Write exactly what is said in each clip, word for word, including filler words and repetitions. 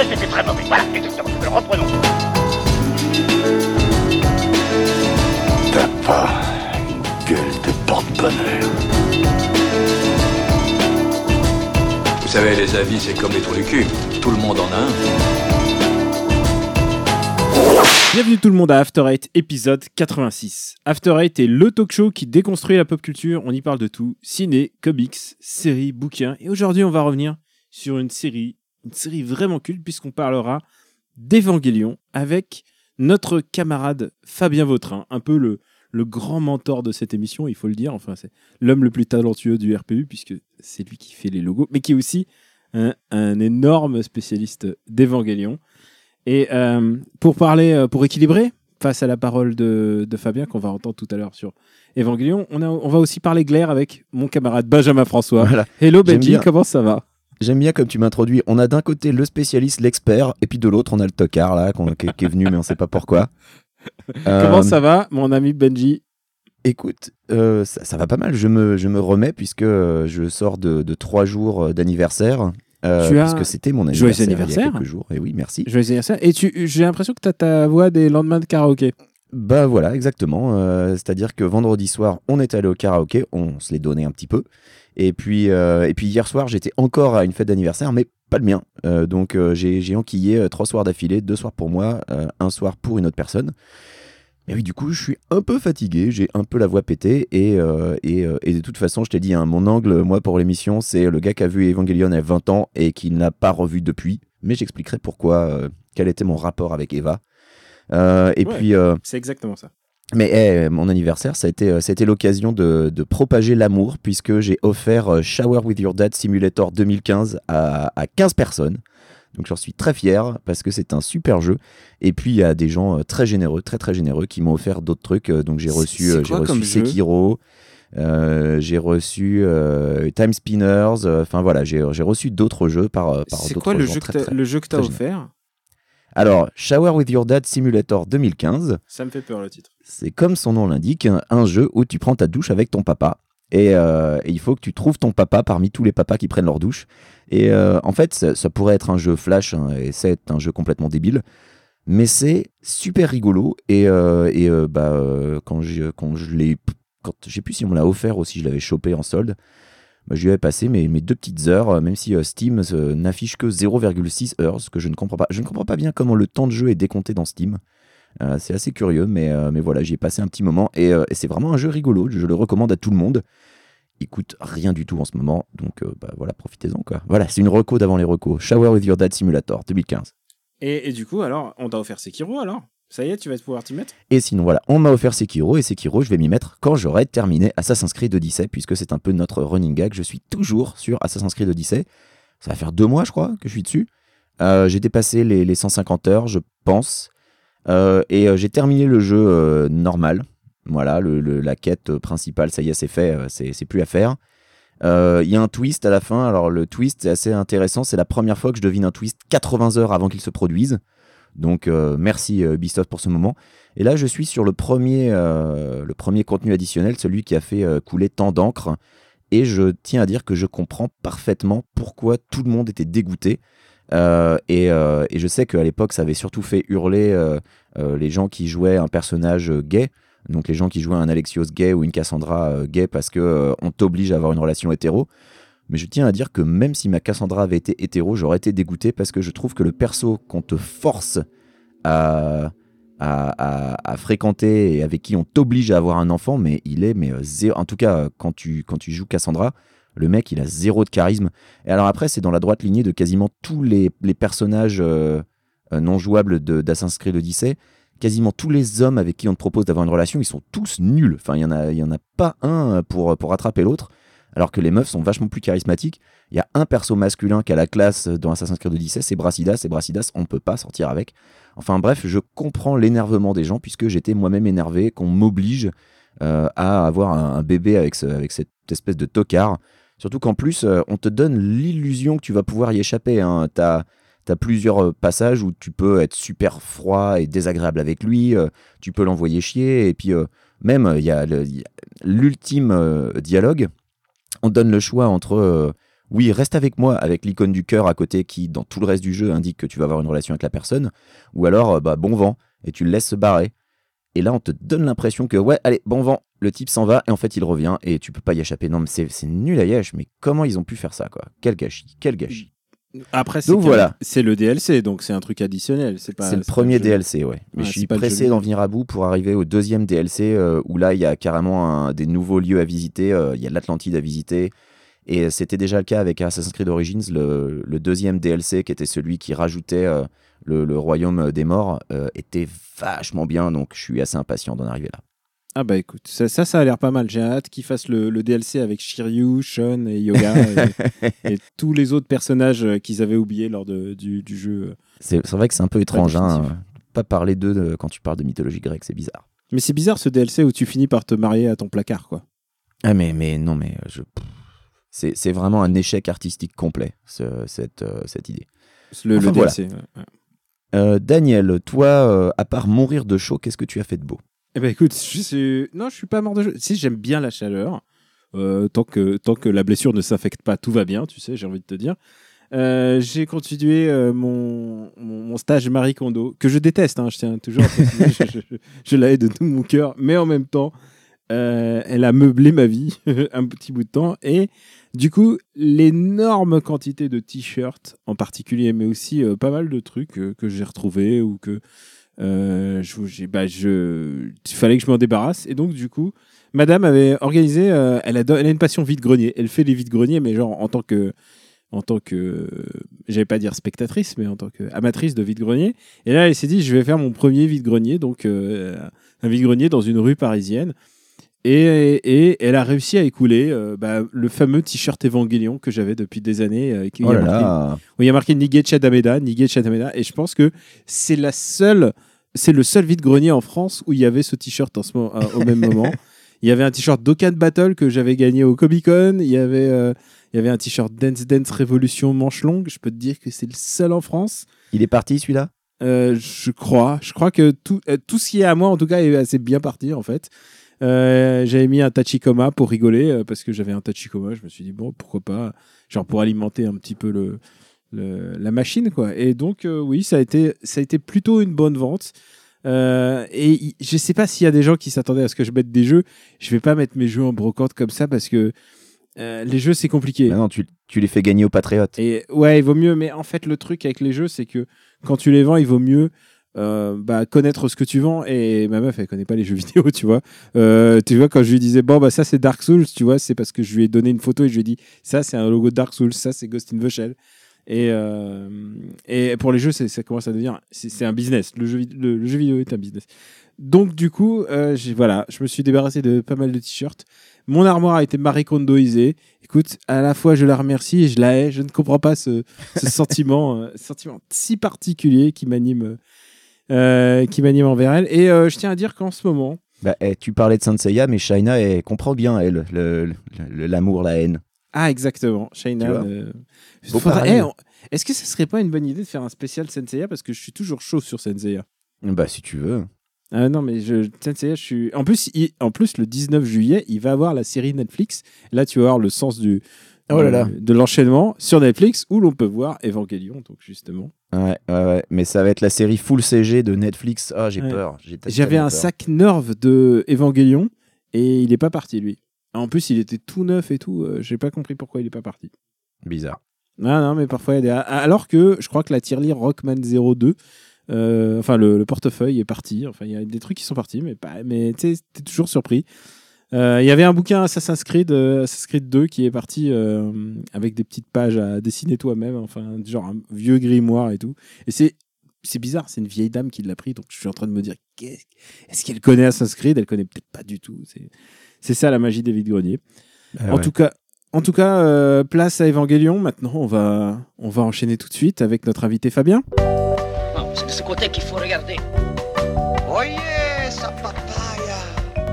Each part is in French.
c'était très mauvais. Voilà, exactement. Reprenons. T'as pas une gueule de porte-bonheur. Vous savez, les avis, c'est comme les trous du cul. Tout le monde en a un. Bienvenue tout le monde à After Eight, épisode quatre-vingt-six. After Eight est le talk show qui déconstruit la pop culture. On y parle de tout. Ciné, comics, séries, bouquins. Et aujourd'hui, on va revenir sur une série, une série vraiment culte, puisqu'on parlera d'Evangelion avec notre camarade Fabien Vautrin, un peu le, le grand mentor de cette émission, il faut le dire. Enfin, c'est l'homme le plus talentueux du R P U, puisque c'est lui qui fait les logos, mais qui est aussi un, un énorme spécialiste d'Evangelion. Et euh, pour parler, pour équilibrer face à la parole de, de Fabien, qu'on va entendre tout à l'heure sur Evangelion, on, a, on va aussi parler glaire avec mon camarade Benjamin François. Voilà. Hello Benji, comment ça va ? J'aime bien comme tu m'introduis. On a d'un côté le spécialiste, l'expert, et puis de l'autre, on a le tocard là, qui, qui est venu, mais on ne sait pas pourquoi. Comment euh, ça va, mon ami Benji ? Écoute, euh, ça, ça va pas mal. Je me, je me remets puisque euh, je sors de, de trois jours d'anniversaire. Euh, tu as... Puisque c'était mon anniversaire, Joyeux anniversaire. Il y a quelques jours. Et oui, merci. Joyeux anniversaire. Et tu, j'ai l'impression que tu as ta voix des lendemains de karaoké. Bah voilà, exactement. Euh, c'est-à-dire que vendredi soir, on est allé au karaoké, on se l'est donné un petit peu. Et puis, euh, et puis hier soir, j'étais encore à une fête d'anniversaire, mais pas le mien. Euh, donc euh, j'ai, j'ai enquillé euh, trois soirs d'affilée, deux soirs pour moi, euh, un soir pour une autre personne. Et oui, du coup, je suis un peu fatigué, j'ai un peu la voix pétée. Et, euh, et, euh, et de toute façon, je t'ai dit, hein, mon angle, moi, pour l'émission, c'est le gars qui a vu Evangelion à vingt ans et qui ne l'a pas revu depuis. Mais j'expliquerai pourquoi, euh, quel était mon rapport avec Eva. Euh, et ouais, puis, euh, c'est exactement ça. Mais hey, mon anniversaire, ça a été, ça a été l'occasion de, de propager l'amour, puisque j'ai offert Shower with Your Dad Simulator deux mille quinze à, à quinze personnes. Donc j'en suis très fier, parce que c'est un super jeu. Et puis il y a des gens très généreux, très très généreux, qui m'ont offert d'autres trucs. Donc j'ai reçu, c'est j'ai reçu Sekiro, euh, j'ai reçu euh, Time Spinners, enfin euh, voilà, j'ai, j'ai reçu d'autres jeux par, par c'est d'autres quoi le gens jeu très, que t'as, très, le jeu que tu as offert généreux. Alors, Shower with Your Dad Simulator deux mille quinze. Ça me fait peur le titre. C'est comme son nom l'indique, un jeu où tu prends ta douche avec ton papa. Et, euh, et il faut que tu trouves ton papa parmi tous les papas qui prennent leur douche. Et euh, en fait, ça, ça pourrait être un jeu flash, hein, et c'est un jeu complètement débile. Mais c'est super rigolo. Et, euh, et euh, bah, euh, quand, je, quand je l'ai... Quand, je sais plus si on me l'a offert ou si je l'avais chopé en solde. Bah, je lui avais passé mes, mes deux petites heures, même si euh, Steam euh, n'affiche que zéro virgule six heures, ce que je ne comprends pas. Je ne comprends pas bien comment le temps de jeu est décompté dans Steam. Euh, c'est assez curieux, mais, euh, mais voilà, j'y ai passé un petit moment et, euh, et c'est vraiment un jeu rigolo. Je le recommande à tout le monde. Il coûte rien du tout en ce moment, donc euh, bah, voilà, profitez-en quoi. Voilà, c'est une reco d'avant les recos. Shower with Your Dad Simulator deux mille quinze. Et, et du coup, alors, on t'a offert Sekiro alors ? Ça y est, tu vas pouvoir t'y mettre ? Et sinon, voilà, on m'a offert Sekiro, et Sekiro, je vais m'y mettre quand j'aurai terminé Assassin's Creed Odyssey, puisque c'est un peu notre running gag. Je suis toujours sur Assassin's Creed Odyssey. Ça va faire deux mois, je crois, que je suis dessus. Euh, j'ai dépassé les, les cent cinquante heures, je pense. Euh, et euh, j'ai terminé le jeu euh, normal. Voilà, le, le, la quête principale, ça y est, c'est fait, euh, c'est, c'est plus à faire. Il euh, y a un twist à la fin. Alors, le twist, c'est assez intéressant. C'est la première fois que je devine un twist quatre-vingts heures avant qu'il se produise. Donc euh, merci euh, Ubisoft pour ce moment. Et là je suis sur le premier, euh, le premier contenu additionnel, celui qui a fait euh, couler tant d'encre. Et je tiens à dire que je comprends parfaitement pourquoi tout le monde était dégoûté. Euh, et, euh, et je sais qu'à l'époque ça avait surtout fait hurler euh, euh, les gens qui jouaient un personnage gay. Donc les gens qui jouaient un Alexios gay ou une Cassandra euh, gay parce qu'on euh, t'oblige à avoir une relation hétéro. Mais je tiens à dire que même si ma Cassandra avait été hétéro, j'aurais été dégoûté parce que je trouve que le perso qu'on te force à, à, à, à fréquenter et avec qui on t'oblige à avoir un enfant, mais il est mais zéro. En tout cas, quand tu, quand tu joues Cassandra, le mec, il a zéro de charisme. Et alors après, c'est dans la droite lignée de quasiment tous les, les personnages euh, non jouables de, d'Assassin's Creed Odyssey. Quasiment tous les hommes avec qui on te propose d'avoir une relation, ils sont tous nuls. Enfin, il n'y en a, il y en a pas un pour, pour rattraper l'autre. Alors que les meufs sont vachement plus charismatiques. Il y a un perso masculin qui a la classe dans Assassin's Creed Odyssey, c'est Brassidas, et Brassidas, on ne peut pas sortir avec. Enfin bref, je comprends l'énervement des gens, puisque j'étais moi-même énervé qu'on m'oblige euh, à avoir un, un bébé avec, ce, avec cette espèce de tocard. Surtout qu'en plus, euh, on te donne l'illusion que tu vas pouvoir y échapper. Hein. T'as, t'as plusieurs passages où tu peux être super froid et désagréable avec lui, euh, tu peux l'envoyer chier, et puis euh, même, il y a, le, y a l'ultime euh, dialogue. On donne le choix entre, euh, oui, reste avec moi avec l'icône du cœur à côté qui, dans tout le reste du jeu, indique que tu vas avoir une relation avec la personne, ou alors, euh, bah, bon vent, et tu le laisses se barrer. Et là, on te donne l'impression que, ouais, allez, bon vent, le type s'en va, et en fait, il revient, et tu peux pas y échapper. Non, mais c'est, c'est nul à yesh, mais comment ils ont pu faire ça, quoi? Quel gâchis, quel gâchis. Après, c'est, Donc que- voilà. c'est le D L C, donc c'est un truc additionnel. C'est, pas, C'est le pas premier jeu. D L C, ouais. Mais Ouais, je c'est suis pas le pressé jeu. d'en venir à bout pour arriver au deuxième D L C, euh, où là, il y a carrément un- des nouveaux lieux à visiter. euh, Il y a l'Atlantide à visiter. Et c'était déjà le cas avec Assassin's Creed Origins, le, le deuxième D L C, qui était celui qui rajoutait euh, le, le royaume des morts, euh, était vachement bien. Donc, je suis assez impatient d'en arriver là. Ah bah écoute, ça, ça, ça a l'air pas mal. J'ai hâte qu'ils fassent le, le D L C avec Shiryu, Sean et Yoga et, et tous les autres personnages euh, qu'ils avaient oubliés lors de, du, du jeu. C'est, c'est vrai que c'est un peu étrange, hein, définitif. euh, pas parler d'eux euh, quand tu parles de mythologie grecque, c'est bizarre. Mais c'est bizarre ce D L C où tu finis par te marier à ton placard, quoi. Ah mais, mais non, mais euh, je... c'est, c'est vraiment un échec artistique complet, ce- cette, euh, cette idée. Le, Enfin, le voilà. D L C. Ouais, ouais. Euh, Daniel, toi, euh, à part mourir de chaud, qu'est-ce que tu as fait de beau? Eh ben écoute, je suis... non, je suis pas mort de jeu. Si, j'aime bien la chaleur. Euh, tant, que, tant que la blessure ne s'infecte pas, tout va bien, tu sais, j'ai envie de te dire. Euh, j'ai continué euh, mon, mon, mon stage Marie Kondo, que je déteste, hein, je tiens toujours à préciser, je, je, je la hais de tout mon cœur, mais en même temps, euh, elle a meublé ma vie un petit bout de temps. Et du coup, l'énorme quantité de t-shirts en particulier, mais aussi euh, pas mal de trucs euh, que j'ai retrouvés ou que euh, je, j'ai, bah, je, il fallait que je m'en débarrasse. Et donc, du coup, madame avait organisé, euh, elle, a, elle a une passion vide-grenier. Elle fait les vide-greniers, mais genre en tant que, en tant que, j'allais pas dire spectatrice, mais en tant qu'amatrice de vide-grenier. Et là, elle s'est dit, je vais faire mon premier vide-grenier, donc euh, un vide-grenier dans une rue parisienne. Et, et, et elle a réussi à écouler euh, bah, le fameux t-shirt Evangelion que j'avais depuis des années. Euh, qui Oh il y a là marqué- là. où il y a marqué Nigechi Dameda, Nigechi Dameda, et je pense que c'est la seule, c'est le seul vide-grenier en France où il y avait ce t-shirt en ce moment, euh, au même moment. Il y avait un t-shirt Dokkan Battle que j'avais gagné au Comic-Con. Il y avait, euh, il y avait un t-shirt Dance Dance Revolution manche longue. Je peux te dire que c'est le seul en France. Il est parti celui-là? Euh, je crois, je crois que tout, euh, tout ce qui est à moi, en tout cas, est assez bien parti en fait. Euh, j'avais mis un Tachikoma pour rigoler euh, parce que j'avais un Tachikoma. Je me suis dit bon, pourquoi pas, genre pour alimenter un petit peu le, le la machine quoi. Et donc euh, oui, ça a été ça a été plutôt une bonne vente. Euh, et y- je sais pas s'il y a des gens qui s'attendaient à ce que je mette des jeux. Je vais pas mettre mes jeux en brocante comme ça parce que euh, les jeux c'est compliqué. Bah non, tu, tu les fais gagner aux patriotes. Et ouais, il vaut mieux. Mais en fait, le truc avec les jeux, c'est que quand tu les vends, il vaut mieux euh, bah, connaître ce que tu vends. Et ma meuf, elle connaît pas les jeux vidéo, tu vois. Euh, tu vois, quand je lui disais, bon, bah ça c'est Dark Souls, tu vois, c'est parce que je lui ai donné une photo et je lui ai dit, ça c'est un logo de Dark Souls, ça c'est Ghost in the Shell. Et, euh, et pour les jeux, c'est, ça commence à devenir, c'est, c'est un business. Le jeu, vid- le, le jeu vidéo est un business. Donc du coup, euh, j'ai, voilà, je me suis débarrassé de pas mal de t-shirts. Mon armoire a été Marie Kondoisée. Écoute, à la fois je la remercie et je la hais. Je ne comprends pas ce, ce sentiment, euh, sentiment si particulier qui m'anime, euh, qui m'anime envers elle. Et euh, je tiens à dire qu'en ce moment, Bah, eh, tu parlais de Saint Seiya, mais Shaina, elle comprend bien, elle, le- le- le- l'amour, la haine. ah exactement, Tu Shaina. vois. euh, Beau faudrait- parallèle. eh, on- est-ce que ce serait pas une bonne idée de faire un spécial Senseiya parce que je suis toujours chaud sur Senseiya. Bah, si tu veux. Ah non, mais je, Senseiya, je suis. En plus, il- en plus, le dix-neuf juillet, il va avoir la série Netflix. Là, tu vas avoir le sens du, Oh là là. de, de l'enchaînement sur Netflix où l'on peut voir Evangelion, donc justement. Ouais, ouais, ouais. Mais ça va être la série full C G de Netflix. Ah, j'ai Ouais. peur. J'ai t- J'avais tellement un peur. sac Nerve de Evangelion et il est pas parti, lui. En plus, il était tout neuf et tout. euh, J'ai pas compris pourquoi il est pas parti. Bizarre. Ah non, mais parfois, il y a des... Alors que je crois que la tirelire Rockman zéro deux, euh, enfin, le, le portefeuille est parti. Enfin, il y a des trucs qui sont partis, mais, pas... mais tu sais, t'es toujours surpris. Euh, Il y avait un bouquin Assassin's Creed, euh, Assassin's Creed deux qui est parti euh, avec des petites pages à dessiner toi-même, enfin, genre un vieux grimoire et tout. Et c'est. C'est bizarre, c'est une vieille dame qui l'a pris, donc je suis en train de me dire, qu'est- est-ce qu'elle connaît Assassin's Creed? Elle connaît peut-être pas du tout. C'est, c'est ça la magie des vides-greniers. Ah En ouais. tout cas, en tout cas euh, place à Evangelion. Maintenant, on va, on va enchaîner tout de suite avec notre invité Fabien. Non, c'est de ce côté qu'il faut regarder. Oye, sa papaya.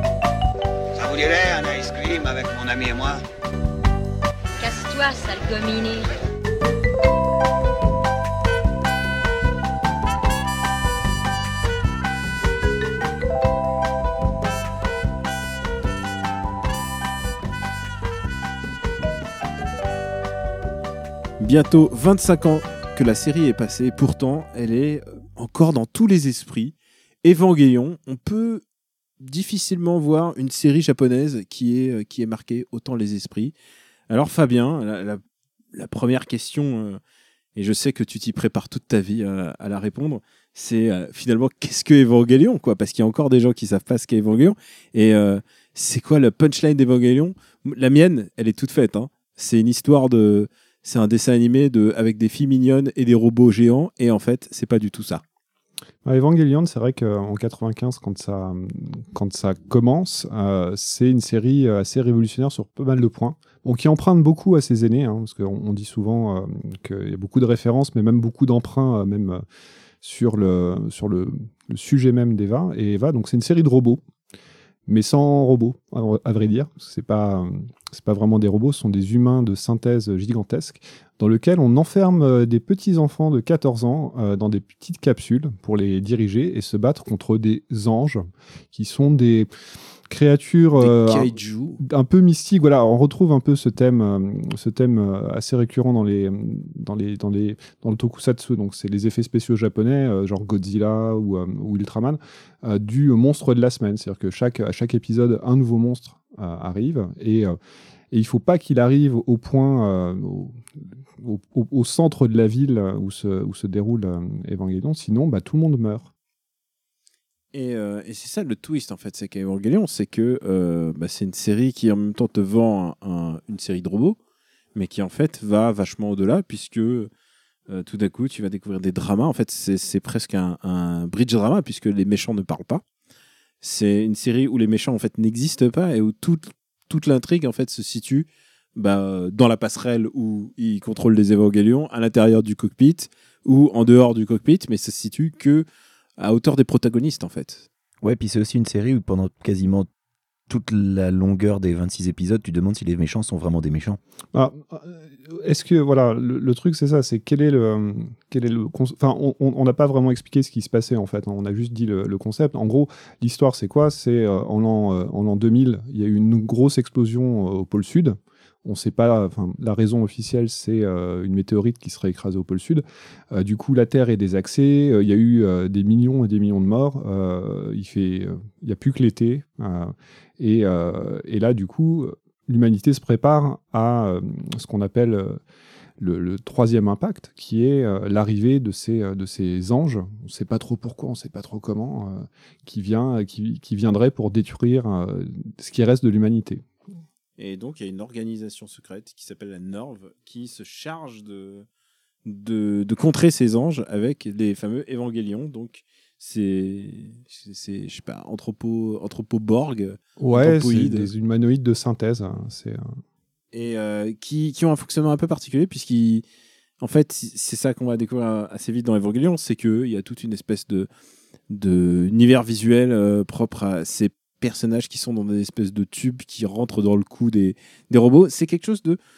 Ça vous dirait un ice cream avec mon ami et moi? Casse-toi, sale gominé. bientôt vingt-cinq ans que la série est passée, pourtant elle est encore dans tous les esprits. Evangelion, on peut difficilement voir une série japonaise qui est, qui est marquée autant les esprits. Alors Fabien, la, la, la première question, euh, et je sais que tu t'y prépares toute ta vie à, à la répondre, c'est euh, finalement qu'est-ce que Evangelion, quoi, parce qu'il y a encore des gens qui savent pas ce qu'est Evangelion, et euh, c'est quoi le punchline d'Evangelion? La mienne, elle est toute faite, hein. C'est une histoire de... C'est un dessin animé de, avec des filles mignonnes et des robots géants, et en fait, c'est pas du tout ça. Evangelion, c'est vrai qu'en quatre-vingt-quinze, quand ça, quand ça commence, euh, c'est une série assez révolutionnaire sur pas mal de points, bon, qui emprunte beaucoup à ses aînés, hein, parce qu'on on dit souvent euh, qu'il y a beaucoup de références, mais même beaucoup d'emprunts, euh, même euh, sur, le, sur le, le sujet même d'Eva. Et Eva, donc c'est une série de robots, mais sans robots, à, à vrai dire. C'est pas, c'est pas vraiment des robots, ce sont des humains de synthèse gigantesques, dans lequel on enferme des petits enfants de quatorze ans euh, dans des petites capsules pour les diriger et se battre contre des anges, qui sont des créatures euh, des kaiju. Un, un peu mystiques. Voilà, on retrouve un peu ce thème, euh, ce thème euh, assez récurrent dans les, dans les, dans les, dans le tokusatsu. Donc c'est les effets spéciaux japonais, euh, genre Godzilla ou, euh, ou Ultraman, euh, du monstre de la semaine. C'est-à-dire que chaque, à chaque épisode, un nouveau monstre euh, arrive et euh, Et il ne faut pas qu'il arrive au point, euh, au, au, au centre de la ville où se, où se déroule euh, Evangelion, sinon bah, tout le monde meurt. Et, euh, et c'est ça le twist, en fait, c'est qu'Evangelion, c'est que euh, bah, c'est une série qui en même temps te vend un, un, une série de robots, mais qui en fait va vachement au-delà, puisque euh, tout d'un coup tu vas découvrir des dramas. En fait, c'est, c'est presque un, un bridge drama, puisque les méchants ne parlent pas. C'est une série où les méchants en fait n'existent pas et où tout toute l'intrigue en fait se situe bah, dans la passerelle où ils contrôlent les Evangelions, à l'intérieur du cockpit ou en dehors du cockpit, mais ça se situe que à hauteur des protagonistes en fait. Ouais, puis c'est aussi une série où pendant quasiment toute la longueur des vingt-six épisodes, tu te demandes si les méchants sont vraiment des méchants. Ah, est-ce que, voilà, le, le truc c'est ça, c'est quel est le... Quel est le enfin, on n'a pas vraiment expliqué ce qui se passait en fait, hein, on a juste dit le, le concept. En gros, l'histoire c'est quoi? C'est euh, en, l'an, euh, en l'an deux mille, il y a eu une grosse explosion euh, au pôle sud. On sait pas, enfin, la raison officielle, c'est euh, une météorite qui serait écrasée au pôle sud. Euh, du coup, la Terre est désaxée. Euh, il y a eu euh, des millions et des millions de morts. Euh, il fait, euh, il y a plus que l'été. Euh, et, euh, et là, du coup, l'humanité se prépare à euh, ce qu'on appelle euh, le, le troisième impact, qui est euh, l'arrivée de ces, euh, de ces anges. On ne sait pas trop pourquoi, on ne sait pas trop comment, euh, qui vient, qui, qui viendrait pour détruire euh, ce qui reste de l'humanité. Et donc, il y a une organisation secrète qui s'appelle la Norve qui se charge de, de, de contrer ces anges avec les fameux Evangelions. Donc, c'est, c'est, c'est je sais pas, anthropo, anthropoborg. Ouais, c'est des humanoïdes de synthèse. Hein, c'est, euh... Et euh, qui, qui ont un fonctionnement un peu particulier, puisqu'ils. En fait, c'est ça qu'on va découvrir assez vite dans Evangelion, c'est qu'il y a toute une espèce de, de univers visuel euh, propre à ces personnages qui sont dans des espèces de tubes qui rentrent dans le cou des, des robots. C'est quelque chose de...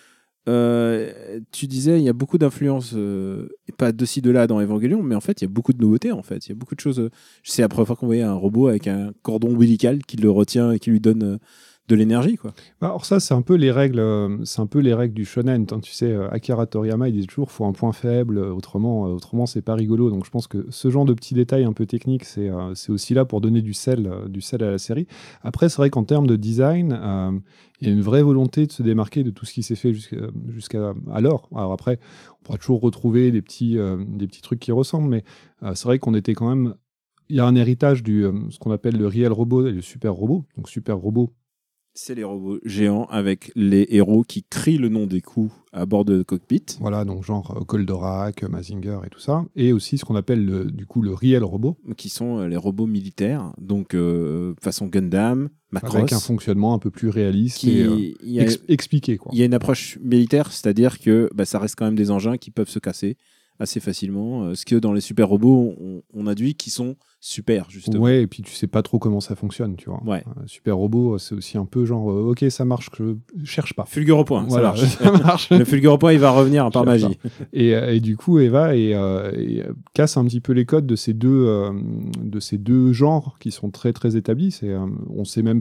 Euh, tu disais, il y a beaucoup d'influences, euh, et pas de ci, de là dans Evangelion, mais en fait, il y a beaucoup de nouveautés, en fait. Il y a beaucoup de choses... Euh, c'est la première fois qu'on voyait un robot avec un cordon ombilical qui le retient et qui lui donne... Euh, de l'énergie, quoi. Alors ça, c'est un peu les règles, euh, c'est un peu les règles du shonen. Hein, tu sais, euh, Akira Toriyama, il dit toujours, faut un point faible, euh, autrement, euh, autrement, c'est pas rigolo. Donc je pense que ce genre de petits détails un peu techniques, c'est, euh, c'est aussi là pour donner du sel, euh, du sel à la série. Après, c'est vrai qu'en termes de design, euh, il y a une vraie volonté de se démarquer de tout ce qui s'est fait jusqu'à, jusqu'à alors. Alors après, on pourra toujours retrouver des petits, euh, des petits trucs qui ressemblent, mais euh, c'est vrai qu'on était quand même. Il y a un héritage du euh, ce qu'on appelle le Real Robot et le Super Robot. Donc Super Robot. C'est les robots géants avec les héros qui crient le nom des coups à bord de cockpit. Voilà, donc genre euh, Goldorak, Mazinger et tout ça. Et aussi ce qu'on appelle le, du coup le Real Robot. Qui sont euh, les robots militaires, donc euh, façon Gundam, Macross. Avec un fonctionnement un peu plus réaliste qui, et euh, y a, ex- expliqué. Quoi. Il y a une approche militaire, c'est-à-dire que bah, ça reste quand même des engins qui peuvent se casser assez facilement. Euh, ce que dans les super robots, on, on induit qui sont super, justement. Ouais, et puis tu sais pas trop comment ça fonctionne, tu vois. Ouais. Euh, super robot, c'est aussi un peu genre, euh, ok, ça marche, je cherche pas. Fulgure au point, voilà, ça marche. ça marche. Le fulgure au point, il va revenir par magie. Et, et du coup, Eva et, euh, et, euh, casse un petit peu les codes de ces deux, euh, de ces deux genres qui sont très très établis. C'est, euh, on sait même pas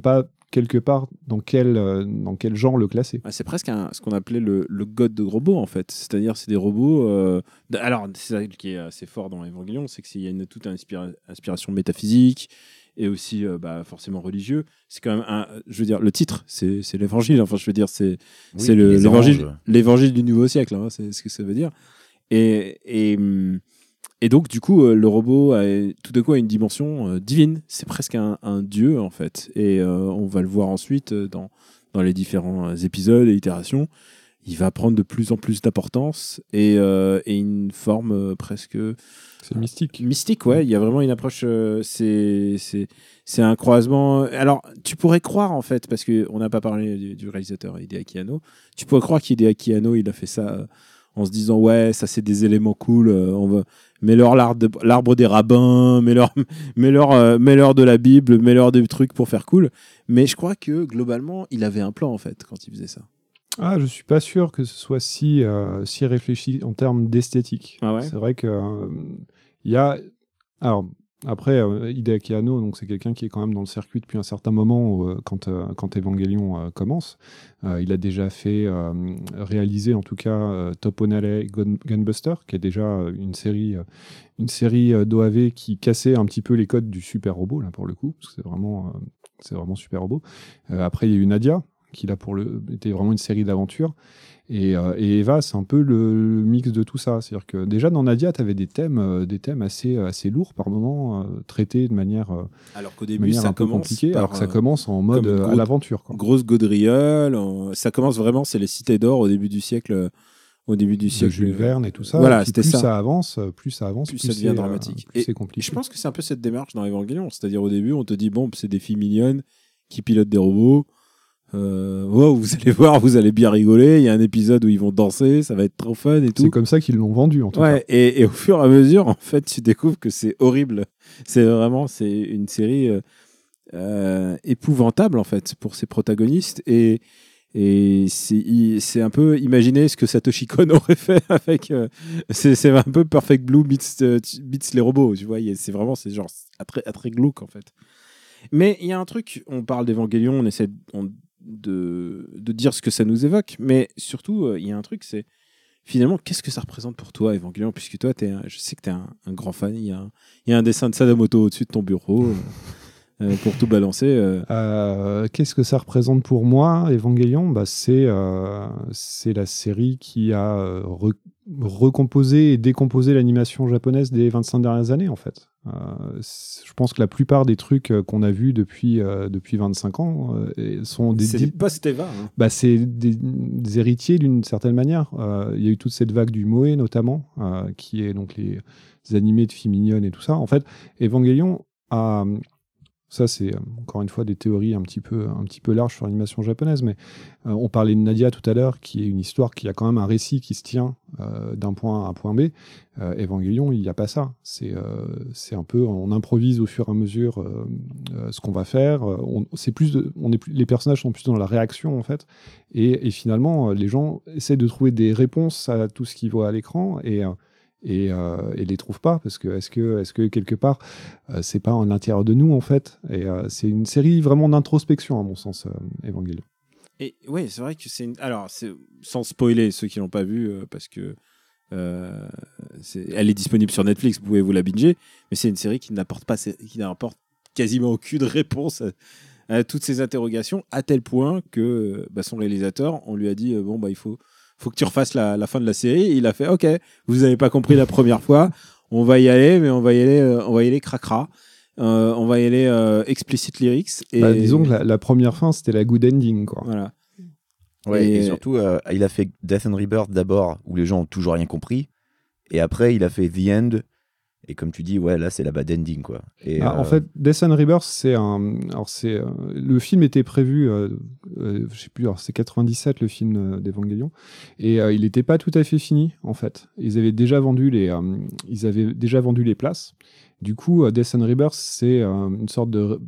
quelque part dans quel, euh, dans quel genre le classer. Ah, c'est presque un, ce qu'on appelait le, le god de robots, en fait. C'est-à-dire, c'est des robots... Euh... Alors, c'est ça qui est assez fort dans Evangelion, c'est qu'il y a une toute inspira- inspiration métaphysique et aussi euh, bah, forcément religieux. C'est quand même un... Je veux dire, le titre, c'est, c'est l'évangile. Enfin, je veux dire, c'est, Oui, c'est le, les l'évangile, anges. l'évangile du nouveau siècle. Hein, c'est ce que ça veut dire. Et... et hum, Et donc, du coup, euh, le robot a tout d'un coup a une dimension euh, divine. C'est presque un, un dieu, en fait. Et euh, on va le voir ensuite euh, dans, dans les différents euh, épisodes et itérations. Il va prendre de plus en plus d'importance et, euh, et une forme euh, presque... C'est mystique. Mystique, ouais. Il y a vraiment une approche... euh, c'est, c'est, c'est un croisement... Alors, tu pourrais croire, en fait, parce qu'on n'a pas parlé du, du réalisateur Hideaki Anno, tu pourrais croire qu'Hideaki Anno, il a fait ça... Euh, en se disant ouais ça c'est des éléments cool, euh, on va mets-leur l'arbre, de, l'arbre des rabbins, mets-leur, mets-leur, euh, mets-leur de la Bible, mets-leur des trucs pour faire cool. Mais je crois que globalement il avait un plan en fait quand il faisait ça. Ah, je suis pas sûr que ce soit si, euh, si réfléchi en termes d'esthétique. Ah ouais. C'est vrai que il euh, y a alors après euh, Hideaki Anno, donc c'est quelqu'un qui est quand même dans le circuit depuis un certain moment euh, quand euh, quand Evangelion euh, commence. Euh, il a déjà fait euh, réaliser en tout cas euh, Top Onale Gun, Gunbuster, qui est déjà euh, une série euh, une série euh, d'O A V qui cassait un petit peu les codes du super robot là pour le coup, parce que c'est vraiment euh, c'est vraiment super robot. Euh, après il y a eu Nadia qui là pour le était vraiment une série d'aventures. Et, euh, et Eva, c'est un peu le, le mix de tout ça. C'est-à-dire que déjà dans Nadia, tu avais des thèmes, euh, des thèmes assez, assez lourds par moments, euh, traités de manière, euh, alors qu'au de début manière ça un peu commence compliquée, par, alors que ça euh, commence en mode comme une euh, à grosse- l'aventure. Quoi. grosse gaudriole, en- ça commence vraiment, c'est les cités d'or au début du siècle, euh, au début du De siècle. Jules Verne et tout ça. Voilà, et puis c'était plus ça. ça avance, plus ça avance, Plus plus, ça devient c'est, euh, dramatique. plus Et c'est compliqué. Je pense que c'est un peu cette démarche dans Evangelion, c'est-à-dire au début on te dit bon c'est des filles mignonnes qui pilotent des robots. Euh, wow, vous allez voir, vous allez bien rigoler. Il y a un épisode où ils vont danser, ça va être trop fun et tout. C'est comme ça qu'ils l'ont vendu en tout Ouais, et, et au fur et à mesure, en fait, tu découvres que c'est horrible. C'est vraiment, c'est une série euh, euh, épouvantable en fait pour ses protagonistes et et c'est i- c'est un peu imaginer ce que Satoshi Kon aurait fait avec. euh, c'est c'est un peu Perfect Blue meets, euh, meets les robots, tu vois. Il y a- C'est vraiment c'est genre à très à très glauque en fait. Mais il y a un truc, on parle d'Evangelion, on essaie on- de, de dire ce que ça nous évoque, mais surtout, euh, il y a un truc, c'est finalement, qu'est-ce que ça représente pour toi, Evangelion? Puisque toi, t'es un- je sais que tu es un, un grand fan, il y, a un- il y a un dessin de Sadamoto au-dessus de ton bureau euh, euh, pour tout balancer. euh. Euh, qu'est-ce que ça représente pour moi, Evangelion? Bah, c'est, euh, c'est la série qui a euh, re- recomposé et décomposé l'animation japonaise des vingt-cinq dernières années, en fait. Euh, c'est- je pense que la plupart des trucs euh, qu'on a vus depuis, euh, depuis vingt-cinq ans euh, et sont des... C'est di- des post-Eva. Hein. Bah, c'est des, des héritiers d'une certaine manière. Euh, Il y a eu toute cette vague du Moe, notamment, euh, qui est donc les, les animés de filles mignonnes et tout ça. En fait, Evangelion a... Ça, c'est euh, encore une fois des théories un petit peu, un petit peu larges sur l'animation japonaise, mais euh, on parlait de Nadia tout à l'heure, qui est une histoire qui a quand même un récit qui se tient euh, d'un point A à un point B. Euh, Evangelion, il n'y a pas ça. C'est, euh, c'est un peu, on improvise au fur et à mesure euh, euh, ce qu'on va faire. Euh, On, c'est plus, de, on est plus, les personnages sont plus dans la réaction en fait, et, et finalement, euh, les gens essaient de trouver des réponses à tout ce qu'ils voient à l'écran et euh, et, euh, et les trouvent pas parce que est-ce que est-ce que quelque part euh, c'est pas à l'intérieur de nous en fait et euh, c'est une série vraiment d'introspection à mon sens euh, Evangelion. Et ouais, c'est vrai que c'est une... Alors, c'est... sans spoiler ceux qui l'ont pas vu, euh, parce que euh, c'est... elle est disponible sur Netflix, vous pouvez vous la binger, mais c'est une série qui n'apporte pas, qui n'apporte quasiment aucune réponse à, à toutes ces interrogations, à tel point que bah, son réalisateur, on lui a dit euh, bon bah il faut, faut que tu refasses la, la fin de la série. Et il a fait ok, vous avez pas compris la première fois, on va y aller, mais on va y aller, euh, on va y aller cracra. Euh, on va y aller euh, explicit lyrics. Et... Bah, disons que la, la première fin, c'était la good ending, quoi. Voilà. Ouais, et, Et- surtout, euh, il a fait Death and Rebirth d'abord, où les gens ont toujours rien compris. Et après, il a fait The End. Et comme tu dis, ouais, là, c'est la bad ending, quoi. Et, Ah, euh, En fait, Death and Rebirth, c'est un. Alors, c'est euh, le film était prévu, euh, euh, je sais plus, alors c'est quatre-vingt-dix-sept le film euh, d'Evangelion, et euh, il n'était pas tout à fait fini en fait. Ils avaient déjà vendu les, euh, ils avaient déjà vendu les places. Du coup, euh, Death and Rebirth, c'est euh, une sorte de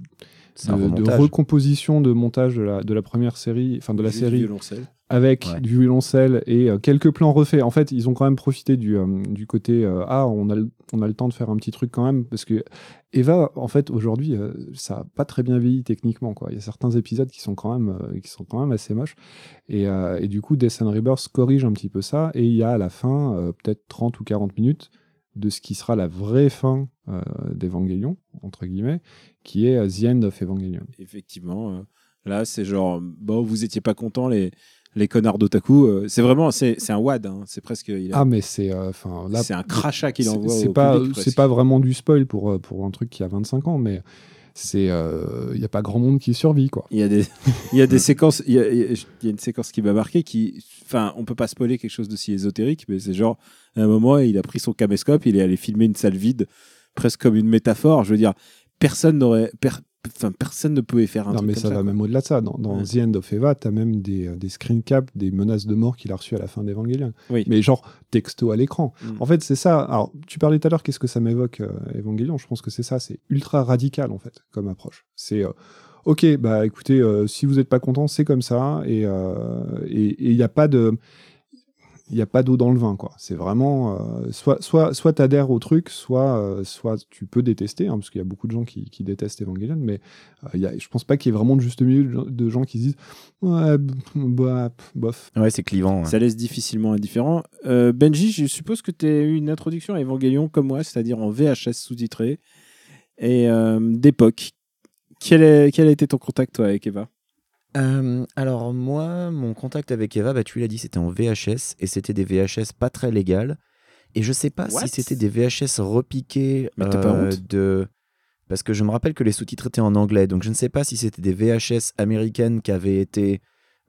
C'est un de, de remontage. recomposition de montage de la, de la première série, enfin de la Juste série, violoncelle. avec Ouais. du violoncelle et euh, quelques plans refaits. En fait, ils ont quand même profité du, euh, du côté euh, ah, on a, le, on a le temps de faire un petit truc quand même, parce que Eva, en fait, aujourd'hui, euh, ça n'a pas très bien vieilli techniquement, quoi. Il y a certains épisodes qui sont quand même, euh, qui sont quand même assez moches. Et, euh, et du coup, Death and Rebirth corrige un petit peu ça. Et il y a à la fin, euh, peut-être trente ou quarante minutes de ce qui sera la vraie fin euh, d'Evangelion, entre guillemets, qui est euh, The End of Evangelion. Effectivement. euh, là, c'est genre, bon, vous étiez pas contents, les, les connards d'otaku. euh, c'est vraiment, c'est, c'est un wad. hein, c'est presque. Il a- Ah, mais c'est... enfin là, c'est un crachat qu'il c'est- envoie c'est au pas, public, c'est presque. pas vraiment du spoil pour, euh, pour un truc qui a vingt-cinq ans, mais c'est il n'y a pas grand monde qui survit, quoi. Il y a des, il y a des séquences. Il y a, il y a- il y a une séquence qui m'a marqué. Qui, enfin, on peut pas spoiler quelque chose d'aussi ésotérique, mais c'est genre, à un moment, il a pris son caméscope, il est allé filmer une salle vide, presque comme une métaphore. Je veux dire, personne n'aurait, per- enfin, personne ne pouvait faire un Non, truc mais comme ça ça. va quoi. même au-delà de ça. Dans, dans Ouais. The End of Eva, t'as même des, euh, des screen caps, des menaces de mort qu'il a reçues à la fin d'Evangelion. Oui. Mais genre, texto à l'écran. Mm. En fait, c'est ça. Alors, tu parlais tout à l'heure, qu'est-ce que ça m'évoque, euh, Evangelion? Je pense que c'est ça. C'est ultra radical, en fait, comme approche. C'est, euh, ok, bah écoutez, euh, si vous n'êtes pas content, c'est comme ça. Et il euh, et, n'y a pas de... Il n'y a pas d'eau dans le vin, quoi. C'est vraiment... euh, soit soit, soit tu adhères au truc, soit, euh, soit tu peux détester, hein, parce qu'il y a beaucoup de gens qui, qui détestent Evangelion, mais euh, il y a, je pense pas qu'il y ait vraiment de juste milieu de gens- de gens qui se disent « Ouais, b- bah, pff, bof. Ouais, c'est clivant. ouais. Ça laisse difficilement indifférent. Euh, Benji, je suppose que tu as eu une introduction à Evangelion comme moi, c'est-à-dire en V H S sous-titré et euh, d'époque. Quel, est, quel a été ton contact, toi, avec Eva? Euh, alors moi, mon contact avec Eva, bah, tu l'as dit, c'était en V H S et c'était des V H S pas très légales. Et je sais pas What si c'était des V H S repiqués Mais t'as pas honte de... Parce que je me rappelle que les sous-titres étaient en anglais, donc je ne sais pas si c'était des V H S américaines qui avaient été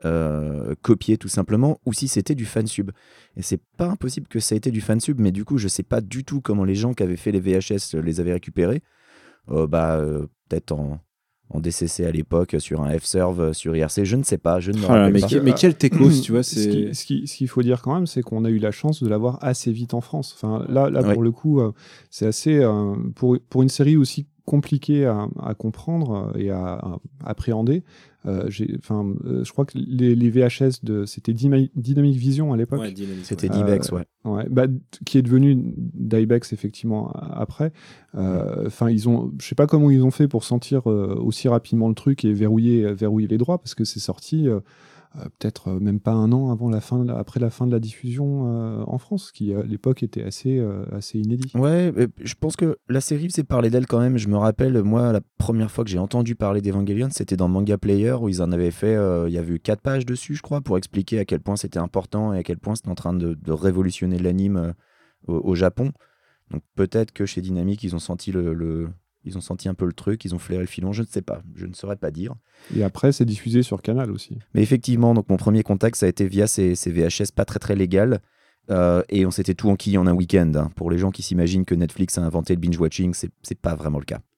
euh, copiées tout simplement, ou si c'était du fansub. Et c'est pas impossible que ça ait été du fansub, mais du coup, je sais pas du tout comment les gens qui avaient fait les V H S les avaient récupérés. Euh, bah, euh, peut-être en... en D C C à l'époque, sur un F-Serve, sur I R C, je ne sais pas, je ne me Oh là, rappelle mais, pas. que- mais quel techos, tu vois, Ce c'est... qui- ce qui- ce qu'il faut dire quand même, c'est qu'on a eu la chance de l'avoir assez vite en France. Enfin, là, là Ouais. pour le coup, euh, c'est assez... euh, pour, pour une série aussi compliquée à, à comprendre euh, et à, à appréhender, euh, j'ai- enfin, euh, je crois que les, les V H S, de, c'était Dyma- Dynamic Vision à l'époque. Ouais, dynamique, C'était ouais. Divex, Euh, ouais. Ouais, bah, t- qui est devenu Dybex effectivement a- après. Enfin, ils ont, je sais pas comment ils ont fait pour sentir euh, aussi rapidement le truc et verrouiller, verrouiller les droits, parce que c'est sorti euh, euh, peut-être euh, même pas un an avant la fin, de la- après la fin de la diffusion euh, en France, qui à l'époque était assez, euh, assez inédit. Ouais, mais je pense que la série faisait parler d'elle quand même. Je me rappelle, moi, la première fois que j'ai entendu parler d'Evangelion, c'était dans Manga Player, où ils en avaient fait, euh, il y avait eu quatre pages dessus, je crois, pour expliquer à quel point c'était important et à quel point c'était en train de, de révolutionner l'anime euh, au, au Japon. Donc peut-être que chez Dynamic, ils ont senti le, le- ils ont senti un peu le truc, ils ont flairé le filon, je ne sais pas, je ne saurais pas dire. Et après, c'est diffusé sur Canal aussi. Mais effectivement, donc mon premier contact, ça a été via ces, ces V H S pas très très légales. Euh, et on s'était tout enquillé en un week-end. hein. Pour les gens qui s'imaginent que Netflix a inventé le binge-watching, c'est, c'est pas vraiment le cas.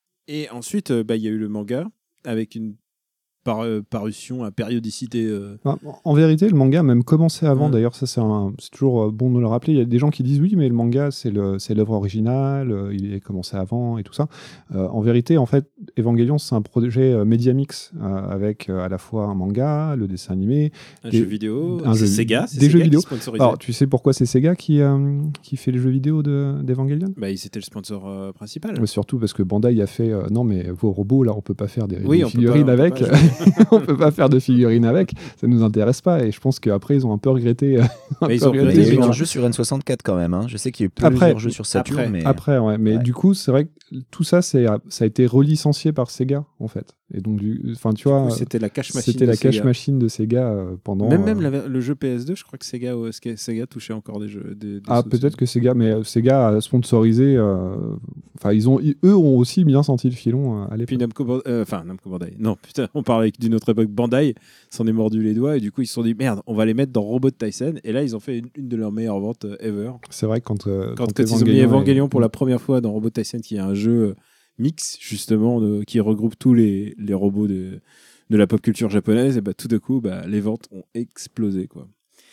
Et ensuite, euh, bah, il y a eu le manga avec une par- euh, parution à périodicité. euh, Enfin, en vérité, le manga a même commencé avant. Ouais. D'ailleurs, ça c'est, un- c'est toujours euh, bon de le rappeler. Il y a des gens qui disent oui, mais le manga c'est, le, c'est l'œuvre originale, euh, il a commencé avant et tout ça. Euh, en vérité, en fait, Evangelion c'est un projet euh, Media Mix euh, avec euh, à la fois un manga, le dessin animé. un Des- jeu vidéo, un c'est jeu- Sega, c'est des Sega jeux qui vidéo. sponsorisait. Alors, tu sais pourquoi c'est Sega qui, euh, qui fait les jeux vidéo de, d'Evangelion? Bah, c'était le sponsor euh, principal. Mais surtout parce que Bandai a fait euh, non mais vos robots là on peut pas faire des, Oui, des on peut figurines pas- on peut avec, pas jouer. on peut pas faire de figurines avec, ça nous intéresse pas et je pense qu'après ils ont un peu regretté. euh, un Mais ils peu ont Il y regretté a eu ce un genre. jeu sur N soixante-quatre quand même. hein. Je sais qu'il y a eu plusieurs Après- jeux sur Saturn, après- mais Après ouais, mais Ouais. du coup c'est vrai que tout ça c'est ça a été relicencié par Sega en fait et donc du enfin tu vois Du coup, c'était la cash machine. c'était de la cash Sega. machine de Sega euh, pendant Même, euh, même la- le jeu P S deux, je crois que Sega, euh, Sega touchait encore des jeux. Des, des ah sauces. peut-être que Sega mais euh, Sega a sponsorisé euh, enfin ils ont ils- eux ont aussi bien senti le filon euh, à Et puis l'époque. Namco, Ban- euh, enfin Namco Bandai. Non, putain, on parlait d'une autre époque. Bandai s'en est mordu les doigts et du coup ils se sont dit merde, on va les mettre dans Robot Tyson. Et là ils ont fait une, une de leurs meilleures ventes euh, ever. C'est vrai que quand euh, Quand, quand ils ont mis est- Evangelion pour la première fois dans Robot Tyson, qui est un jeu euh, mix justement de- qui regroupe tous les, les robots de, de la pop culture japonaise, et bah, tout d'un coup bah, les ventes ont explosé quoi.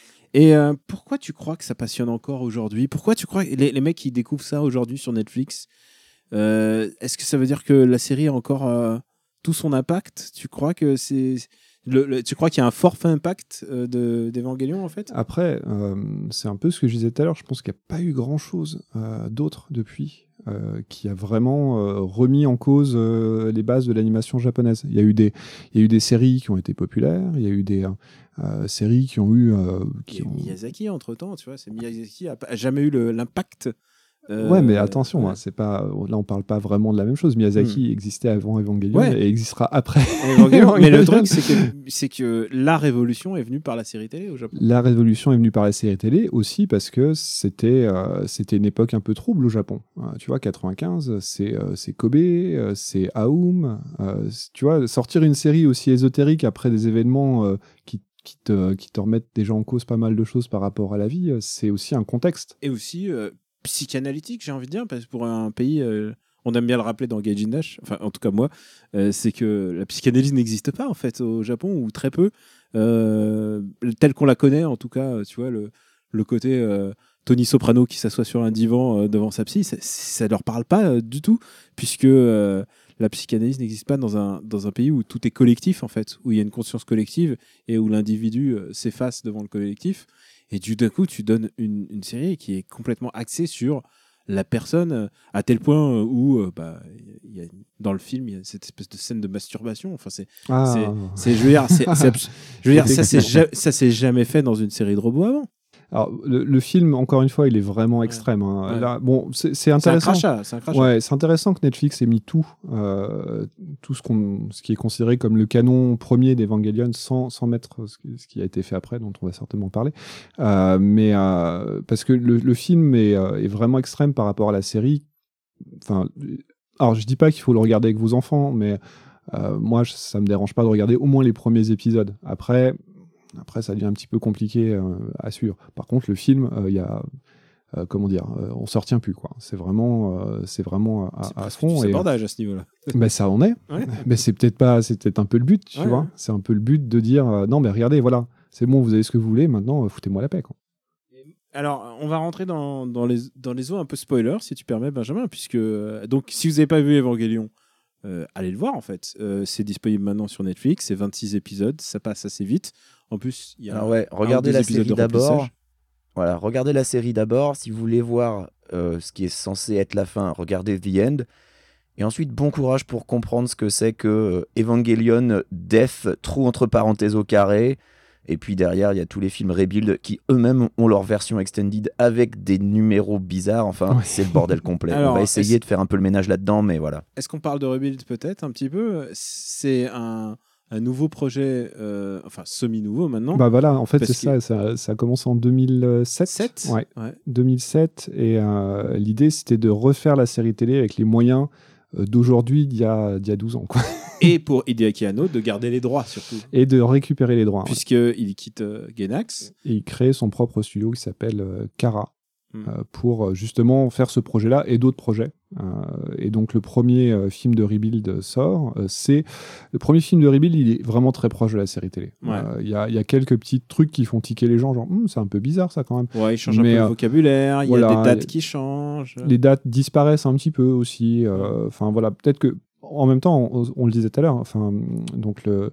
Et euh, pourquoi tu crois que ça passionne encore aujourd'hui? Pourquoi tu crois que les, les mecs qui découvrent ça aujourd'hui sur Netflix, euh, est-ce que ça veut dire que la série est encore euh, tout son impact, tu crois que c'est le, le- tu crois qu'il y a un fort impact euh, de d'Evangelion en fait? Après, euh, c'est un peu ce que je disais tout à l'heure. Je pense qu'il n'y a pas eu grand-chose euh, d'autre depuis euh, qui a vraiment euh, remis en cause euh, les bases de l'animation japonaise. Il y a eu des, il y a eu des séries qui ont été populaires. Il y a eu des euh, séries qui ont eu, euh, Il qui y a eu ont... Miyazaki entre temps, tu vois, c'est Miyazaki a, pas- a jamais eu le- l'impact. euh, Ouais, mais attention, ouais. hein, c'est pas. Là, on parle pas vraiment de la même chose. Miyazaki existait avant Evangelion Ouais. et existera après. Evangelion, mais le Evangelion. truc, c'est que, c'est que la révolution est venue par la série télé au Japon. La révolution est venue par la série télé aussi parce que c'était euh, c'était une époque un peu trouble au Japon. Euh, tu vois, quatre-vingt-quinze, c'est euh, c'est Kobe, euh, c'est Aum. Euh, c- tu vois, sortir une série aussi ésotérique après des événements euh, qui qui te, qui te remettent déjà en cause pas mal de choses par rapport à la vie, euh, c'est aussi un contexte. Et aussi euh, psychanalytique, j'ai envie de dire, parce que pour un pays, euh, on aime bien le rappeler dans Gaijin Dash, enfin en tout cas moi, euh, c'est que la psychanalyse n'existe pas en fait au Japon, ou très peu, euh, telle qu'on la connaît en tout cas, tu vois, le, le côté euh, Tony Soprano qui s'assoit sur un divan euh, devant sa psy, ça, ça leur parle pas euh, du tout, puisque euh, la psychanalyse n'existe pas dans un, dans un pays où tout est collectif en fait, où il y a une conscience collective et où l'individu euh, s'efface devant le collectif. Et du d'un coup, tu donnes une, une série qui est complètement axée sur la personne, euh, à tel point euh, où, euh, bah, il y a, dans le film, il y a cette espèce de scène de masturbation. Enfin, c'est, Ah. c'est, c'est, je veux dire, c'est, c'est abs- je veux dire, ça, c'est ja- ça s'est jamais fait dans une série de robots avant. Alors, le, le film, encore une fois, il est vraiment extrême. hein. Ouais. Là, bon, c'est c'est C'est un intéressant. crachat. C'est un crachat. Ouais, c'est intéressant que Netflix ait mis tout, euh, tout ce, qu'on, ce qui est considéré comme le canon premier d'Evangelion sans, sans mettre ce qui, ce qui a été fait après, dont on va certainement parler. Euh, mais euh, parce que le, le film est, euh, est vraiment extrême par rapport à la série. Enfin, alors, je dis pas qu'il faut le regarder avec vos enfants, mais euh, moi, je- ça me dérange pas de regarder au moins les premiers épisodes. Après, après ça devient un petit peu compliqué euh, à suivre. Par contre, le film, il y a euh, comment dire, euh, on se retient plus quoi. C'est vraiment, euh, c'est vraiment à, C'est à presque fond. du et- sabordage à ce niveau-là. Ben, ça en est. Ouais. Mais c'est peut-être pas, c'est peut-être un peu le but, tu Ouais, vois. ouais. C'est un peu le but de dire euh, non, mais regardez, voilà, c'est bon, vous avez ce que vous voulez. Maintenant, euh, foutez-moi la paix. Quoi. Alors, on va rentrer dans, dans, les, dans les eaux un peu spoiler, si tu permets, Benjamin, puisque euh, donc si vous n'avez pas vu Evangelion, euh, allez le voir en fait. Euh, c'est disponible maintenant sur Netflix, c'est vingt-six épisodes, ça passe assez vite. En plus, il y a Alors ouais, un ou regardez deux la épisodes série de d'abord. remplissage. Voilà, regardez la série d'abord. Si vous voulez voir euh, ce qui est censé être la fin, regardez The End. Et ensuite, bon courage pour comprendre ce que c'est que euh, Evangelion, Death, trou entre parenthèses au carré. Et puis derrière, il y a tous les films Rebuild qui eux-mêmes ont leur version extended avec des numéros bizarres. Enfin, Ouais. c'est le bordel complet. Alors, On va essayer est-ce- de faire un peu le ménage là-dedans, mais voilà. Est-ce qu'on parle de Rebuild peut-être un petit peu? C'est un, un nouveau projet, euh, enfin semi-nouveau maintenant. Bah voilà, en fait, Parce c'est ça, ça. Ça a commencé en deux mille sept. sept Ouais, Ouais. deux mille sept. Et euh, l'idée, c'était de refaire la série télé avec les moyens euh, d'aujourd'hui, d'il y a, d'il y a douze ans, quoi. Et pour Hideaki Anno, de garder les droits surtout. Et de récupérer les droits. ouais. Puisqu'il quitte euh, Gainax. Et il crée son propre studio qui s'appelle euh, Kara. Hmm. euh, pour euh, justement faire ce projet-là et d'autres projets. Euh, et donc le premier euh, film de Rebuild sort. Euh, c'est le premier film de Rebuild, il est vraiment très proche de la série télé. Il Ouais. y, a, y a quelques petits trucs qui font tiquer les gens, genre Hum, c'est un peu bizarre ça quand même. Ouais, il change Mais, un peu euh, le vocabulaire, il voilà, y a des dates y- qui changent. Les dates disparaissent un petit peu aussi. euh, Enfin voilà, peut-être que en même temps, on, on le disait tout à l'heure. Enfin donc le,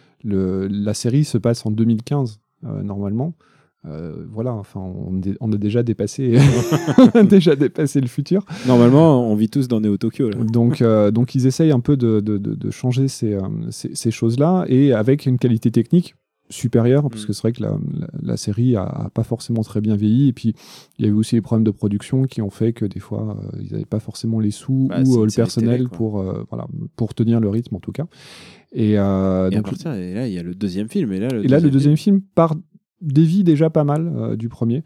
le la série se passe en deux mille quinze euh, normalement. Euh, voilà, enfin, on, est- on a déjà dépassé, on a déjà dépassé le futur. Normalement, on vit tous dans Neo Tokyo. Là. Donc, euh, donc ils essayent un peu de, de, de, de changer ces, euh, ces, ces choses-là et avec une qualité technique supérieure, parce Mm. que c'est vrai que la, la, la série a, a pas forcément très bien vieilli. Et puis, il y avait aussi les problèmes de production qui ont fait que des fois, euh, ils n'avaient pas forcément les sous Bah, c'est ou une euh, le série personnel télé, quoi. pour, euh, voilà, pour tenir le rythme en tout cas. Et, euh, Et, à donc, partir, et là, il y a le deuxième film. Et là, le et là, le deuxième deuxième film part dévie déjà pas mal euh, du premier.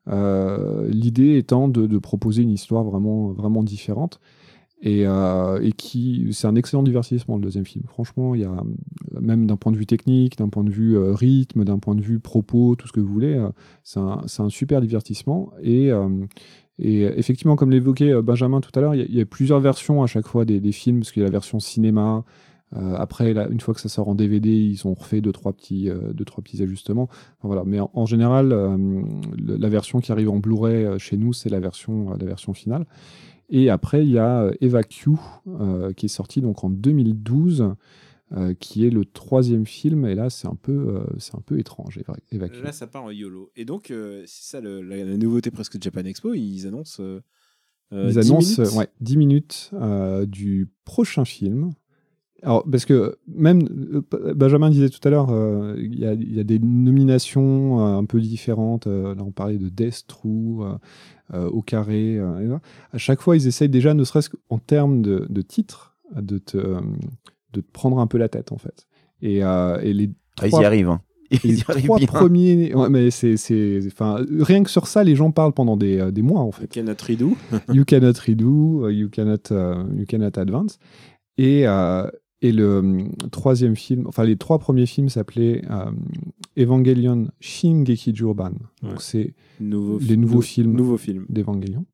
Euh, L'idée étant de, de proposer une histoire vraiment, vraiment différente. Et, euh, et qui, c'est un excellent divertissement, le deuxième film. Franchement, il y a, même d'un point de vue technique, d'un point de vue euh, rythme, d'un point de vue propos, tout ce que vous voulez, euh, c'est un, c'est un super divertissement. Et, euh, et effectivement, comme l'évoquait euh, Benjamin tout à l'heure, il y, a- il y a plusieurs versions à chaque fois des, des films, parce qu'il y a la version cinéma. Euh, après, là, une fois que ça sort en D V D, ils ont refait deux, trois petits, euh, deux, trois petits ajustements. Enfin, voilà. Mais en, en général, euh, le- la version qui arrive en Blu-ray euh, chez nous, c'est la version, euh, la version finale. Et après, il y a Eva Q, euh, qui est sorti donc en deux mille douze, euh, qui est le troisième film. Et là, c'est un peu, euh, c'est un peu étrange, Eva, Eva Q. Là, ça part en YOLO. Et donc, euh, c'est ça le- la, la nouveauté presque de Japan Expo. Ils annoncent, euh, euh, Ils dix annoncent minutes. euh, ouais, dix minutes euh, du prochain film. Alors, parce que même euh, Benjamin disait tout à l'heure, euh, il y, a- il y a des nominations euh, un peu différentes. Euh, là, on parlait de Death True, euh, euh, Au Carré. euh, et voilà. À chaque fois, ils essayent déjà, ne serait-ce qu'en termes de, de titre, de te, euh, de te prendre un peu la tête, en fait. Et, euh, et les Ah, ils trois, y arrivent. Hein. Ils les y arrivent trois bien. premiers... ouais, mais c'est, c'est, enfin, rien que sur ça, les gens parlent pendant des, euh, des mois, en fait. Cannot Redo. You cannot redo, uh, you cannot, uh, you cannot advance. Et, euh, et le hum, troisième film, enfin les trois premiers films s'appelaient euh, Evangelion Shingeki Juban. Ouais. Donc c'est Nouveau les fi- nouveaux nou- films Nouveau film. d'Evangelion.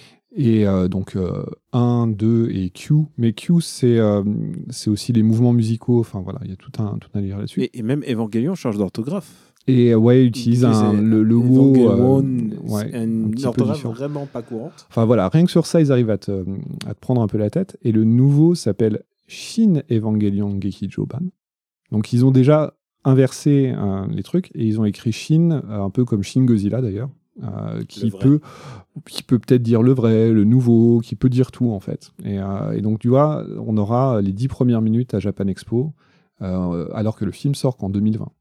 Et euh, donc euh, un, deux et Q. Mais Q, c'est euh, c'est aussi les mouvements musicaux. Enfin voilà, il y a tout un, tout un délire là-dessus. Et, et même Evangelion change d'orthographe. Et euh, ouais, il utilise Ils un, disent, le, le wo. Evangelion, euh, ouais, c'est un une petit peu orthographe différent. vraiment pas courante. Enfin voilà, rien que sur ça, ils arrivent à te, à te prendre un peu la tête. Et le nouveau s'appelle Shin Evangelion Geki Joban. Donc ils ont déjà inversé euh, les trucs et ils ont écrit Shin, euh, un peu comme Shin Godzilla d'ailleurs, euh, qui Le vrai. peut qui peut peut-être dire le vrai, le nouveau, qui peut dire tout en fait. Et, euh, et donc tu vois, on aura les dix premières minutes à Japan Expo, euh, alors que le film sort qu'en deux mille vingt.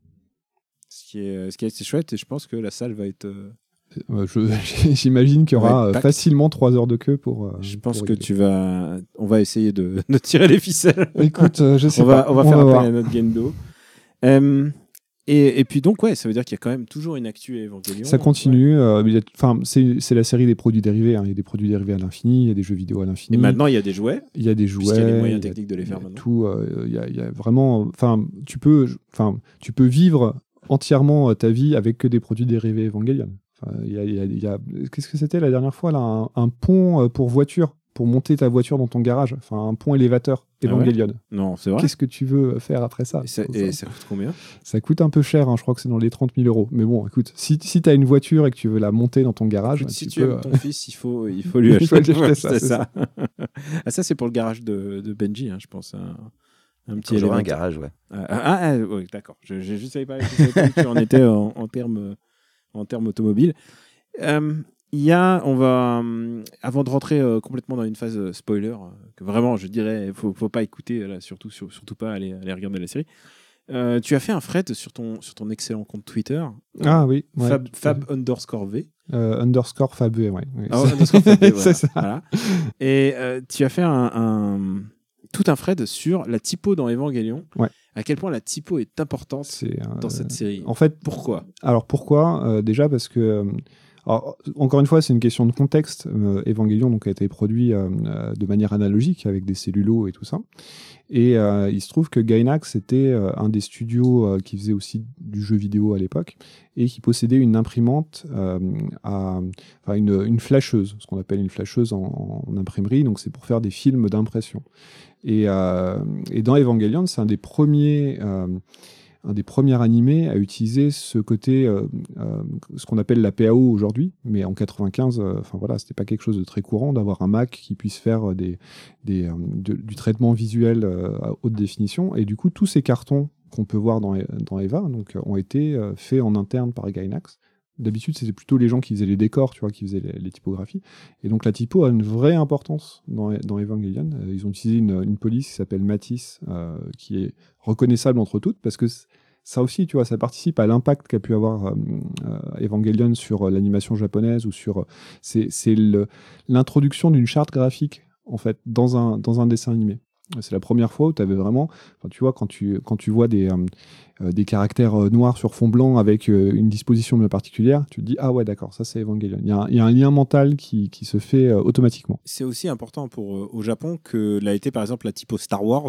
Ce qui est, ce qui est assez chouette, et je pense que la salle va être. euh, Euh, je- J'imagine qu'il y Ouais, aura euh, pack. facilement trois heures de queue pour. euh, je pense pour que rigoler. tu vas. On va essayer de, de tirer les ficelles. Écoute, euh, je sais on va, pas. on va faire appel voir. à notre Gendo. Euh, et, et puis donc, ouais, ça veut dire qu'il y a quand même toujours une actu à Evangelion. Ça continue. euh, il y a- Enfin, c'est c'est la série des produits dérivés. hein. Il y a des produits dérivés à l'infini, il y a des jeux vidéo à Ouais. l'infini. Et maintenant, il y a des jouets. il y a des jouets. Puisqu'il y a les moyens il y a- techniques de les faire il y a maintenant. Tout. euh, il, y a, il y a vraiment. Enfin, tu peux. Enfin, tu peux vivre entièrement euh, ta vie avec que des produits dérivés Evangelion. Enfin, il y a, il y a- il y a- Qu'est-ce que c'était la dernière fois là, un, un pont euh, pour voiture, pour monter ta voiture dans ton garage. Enfin, un pont élévateur Ah ouais Evangelion. Non, c'est vrai. Qu'est-ce que tu veux faire après ça Et ça, Ça- et ça coûte combien? Ça coûte un peu cher, hein, je crois que c'est dans les trente mille euros. Mais bon, écoute, si, si tu as une voiture et que tu veux la monter dans ton garage, Écoute, si tu tu peux, aimes euh, ton fils, il faut, il faut lui Il acheter, faut lui acheter ça, c'est c'est ça. Ah, ça, c'est pour le garage de, de Benji, hein, je pense. Un, un petit Quand j'aurai un élément. garage, ouais. Ah, ah, ah, ouais, d'accord. Je, je, je savais pas, je savais pas où tu en étais en, en termes en termes automobiles. Euh, Il y a, on va, hum, avant de rentrer euh, complètement dans une phase euh, spoiler, euh, que vraiment, je dirais, il faut, faut pas écouter, là, surtout, sur- surtout pas aller, aller regarder la série. Euh, tu as fait un thread sur ton, sur ton excellent compte Twitter, Ah oui. ouais, Fab, tout à Fab fait. underscore V. Euh, underscore Fab V, ouais. ouais. Ah ouais, underscore Fab V, voilà. C'est ça. Voilà. Et euh, tu as fait un, un- tout un thread sur la typo dans Evangelion. Ouais. À quel point la typo est importante C'est, euh, dans cette série. En fait, Pourquoi? alors pourquoi Euh, Déjà parce que, euh, alors, encore une fois, c'est une question de contexte. Euh, Evangelion donc, a été produit euh, euh, de manière analogique avec des cellulos et tout ça. Et euh, il se trouve que Gainax était euh, un des studios euh, qui faisait aussi du jeu vidéo à l'époque et qui possédait une imprimante, euh, à, enfin une, une flasheuse, ce qu'on appelle une flasheuse en, en imprimerie. Donc c'est pour faire des films d'impression. Et, euh, et dans Evangelion, c'est un des premiers, euh, un des premiers animés à utiliser ce côté, euh, euh, ce qu'on appelle la P A O aujourd'hui, mais en quatre-vingt-quinze, euh, enfin voilà, c'était pas quelque chose de très courant d'avoir un Mac qui puisse faire des, des, euh, de- du traitement visuel euh, à haute définition. Et du coup, tous ces cartons qu'on peut voir dans, dans Eva donc, euh, ont été euh, faits en interne par Gainax. D'habitude, c'était plutôt les gens qui faisaient les décors, tu vois, qui faisaient les, les typographies. Et donc, la typo a une vraie importance dans, dans Evangelion. Euh, ils ont utilisé une, une police qui s'appelle Matisse, euh, qui est reconnaissable entre toutes, parce que c- ça aussi, tu vois, ça participe à l'impact qu'a pu avoir euh, euh, Evangelion sur euh, l'animation japonaise ou sur... euh, c'est c'est le- l'introduction d'une charte graphique, en fait, dans un, dans un dessin animé. C'est la première fois où tu avais vraiment, enfin, tu vois, quand tu, quand tu vois des, euh, euh, des caractères euh, noirs sur fond blanc avec euh, une disposition bien particulière, tu te dis, ah ouais, d'accord, ça c'est Evangelion. Il y a un, il y a un lien mental qui, qui se fait euh, automatiquement. C'est aussi important pour, euh, au Japon que l'a été par exemple la typo Star Wars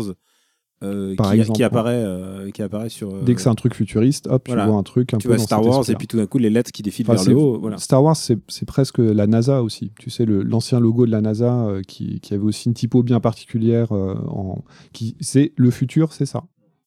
euh, Par qui, exemple, qui, ouais. apparaît, euh, qui apparaît sur. euh, Dès que c'est un truc futuriste, hop, voilà. tu vois un truc un tu peu vois dans Star cet Wars esprit-là. et puis tout d'un coup les lettres qui défilent Enfin, vers c'est- le haut. Voilà. Star Wars, c'est c'est presque la NASA aussi. Tu sais, le- l'ancien logo de la NASA euh, qui, qui avait aussi une typo bien particulière. euh, en, qui, c'est le futur, c'est ça.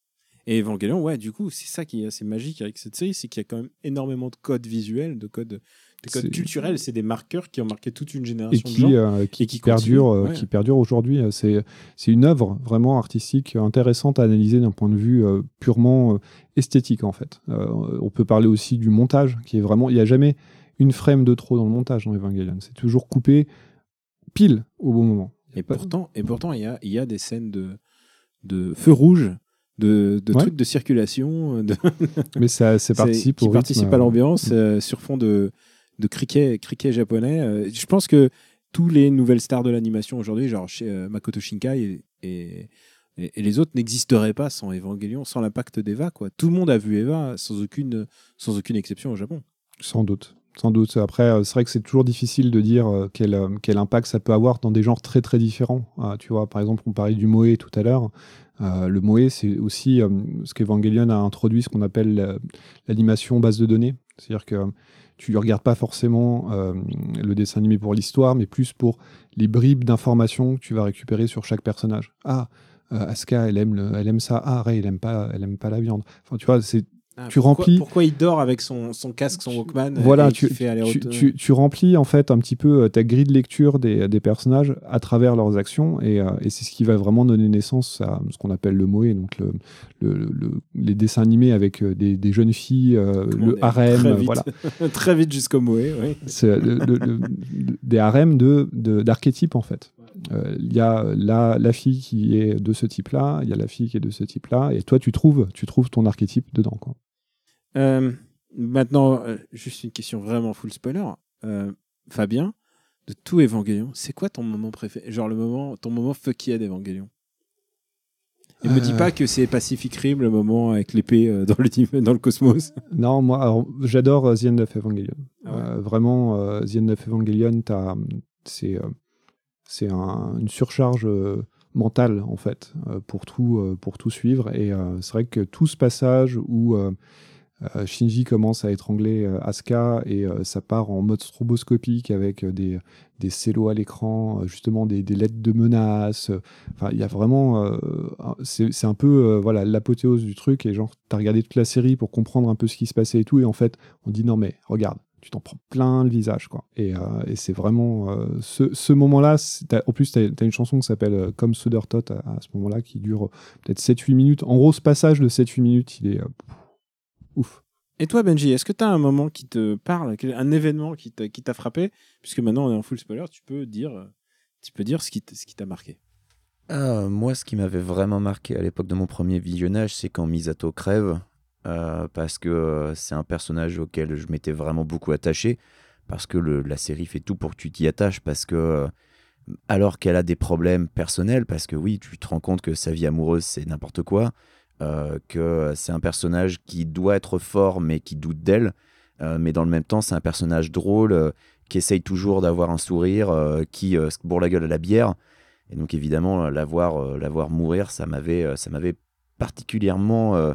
Et Evangelion, ouais, du coup, c'est ça qui est assez magique avec cette série, c'est qu'il y a quand même énormément de codes visuels, de codes, de codes C'est- culturels. C'est des marqueurs qui ont marqué toute une et génération de qui, gens. euh, qui, et qui perdure, continue, euh, ouais. qui perdure aujourd'hui. Euh, C'est, c'est une œuvre vraiment artistique euh, intéressante à analyser d'un point de vue euh, purement euh, esthétique en fait. Euh, on peut parler aussi du montage, qui est vraiment, il n'y a jamais une frame de trop dans le montage dans Evangelion. C'est toujours coupé pile au bon moment. Et pourtant, et pourtant, il y a, il y a des scènes de, de feu rouge, de, de Ouais. trucs de circulation, de, Mais ça, ça participe qui au rythme, participe à euh, l'ambiance euh, sur fond de, de cricket, cricket japonais. Euh, je pense que tous les nouvelles stars de l'animation aujourd'hui, genre chez euh, Makoto Shinkai et, et, et- et les autres, n'existeraient pas sans Evangelion, sans l'impact d'Eva, quoi. Tout le monde a vu Eva sans aucune, sans aucune exception au Japon. Sans doute. Sans doute. Après, euh, c'est vrai que c'est toujours difficile de dire euh, quel, euh, quel impact ça peut avoir dans des genres très très différents. Euh, tu vois, par exemple, on parlait du moe tout à l'heure. Euh, le moe, c'est aussi euh, ce qu'Evangelion a introduit, ce qu'on appelle la- l'animation base de données. C'est-à-dire que euh, tu ne regardes pas forcément euh, le dessin animé pour l'histoire, mais plus pour les bribes d'informations que tu vas récupérer sur chaque personnage. Ah, euh, Asuka, elle aime, le- elle aime ça. Ah, Rei, elle aime pas, elle aime pas la viande. Enfin, tu vois, c'est Tu pourquoi, remplis- Pourquoi il dort avec son, son casque, son Walkman Voilà, et tu, qui fait aller tu, tu, tu remplis en fait un petit peu euh, ta grille de lecture des, des personnages à travers leurs actions et, euh, et c'est ce qui va vraiment donner naissance à ce qu'on appelle le moe, donc le, le, le- les dessins animés avec euh, des, des jeunes filles, euh, le harem, très euh, vite, voilà. très vite jusqu'au moe, oui. C'est le- le- le- des harems de, de, d'archétypes en fait. Euh, Il y a la, la fille qui est de ce type-là, il y a la fille qui est de ce type-là, et toi tu trouves, tu trouves ton archétype dedans, quoi. Euh, maintenant, euh, juste une question vraiment full spoiler. Euh, Fabien, de tout Evangelion, c'est quoi ton moment préféré? Genre le moment, ton moment fuckhead d'Evangelion? Et me dis Euh. pas que c'est Pacific Rim, le moment avec l'épée euh, dans le, dans le cosmos. Non, moi, alors, j'adore euh, The End of Evangelion. Ah ouais. Euh, vraiment, euh, The End of Evangelion, t'as, c'est, euh, c'est un- une surcharge euh, mentale, en fait, euh, pour, tout, euh, pour tout suivre. Et euh, c'est vrai que tout ce passage où euh, euh, Shinji commence à étrangler euh, Asuka et euh, ça part en mode stroboscopique avec euh, des, des cellos à l'écran, euh, justement des, des lettres de menace. Enfin, il y a vraiment... euh, c'est, c'est un peu euh, voilà, l'apothéose du truc. Et genre, t'as regardé toute la série pour comprendre un peu ce qui se passait et tout. Et en fait, on dit non mais regarde, tu t'en prends plein le visage, quoi. Et, euh, et c'est vraiment... euh, ce, ce moment-là, c'est- t'as- en plus, t'as as une chanson qui s'appelle euh, Comme Sodertot à, à ce moment-là, qui dure euh, peut-être sept huit minutes. En gros, ce passage de sept huit minutes, il est... euh, ouf. Et toi, Benji, est-ce que tu as un moment qui te parle, un événement qui t'a, qui t'a frappé? Puisque maintenant on est en full spoiler, tu peux dire, euh, tu peux dire ce qui, t- ce qui t'a marqué. Ah, moi, ce qui m'avait vraiment marqué à l'époque de mon premier visionnage, c'est quand Misato crève, euh, parce que euh, c'est un personnage auquel je m'étais vraiment beaucoup attaché, parce que le- la série fait tout pour que tu t'y attaches, parce que euh, alors qu'elle a des problèmes personnels, parce que oui, tu te rends compte que sa vie amoureuse, c'est n'importe quoi, euh, que c'est un personnage qui doit être fort, mais qui doute d'elle, euh, mais dans le même temps, c'est un personnage drôle, euh, qui essaye toujours d'avoir un sourire, euh, qui euh, se bourre la gueule à la bière. Et donc évidemment, la voir, euh, la voir mourir, ça m'avait, euh, ça m'avait particulièrement... euh,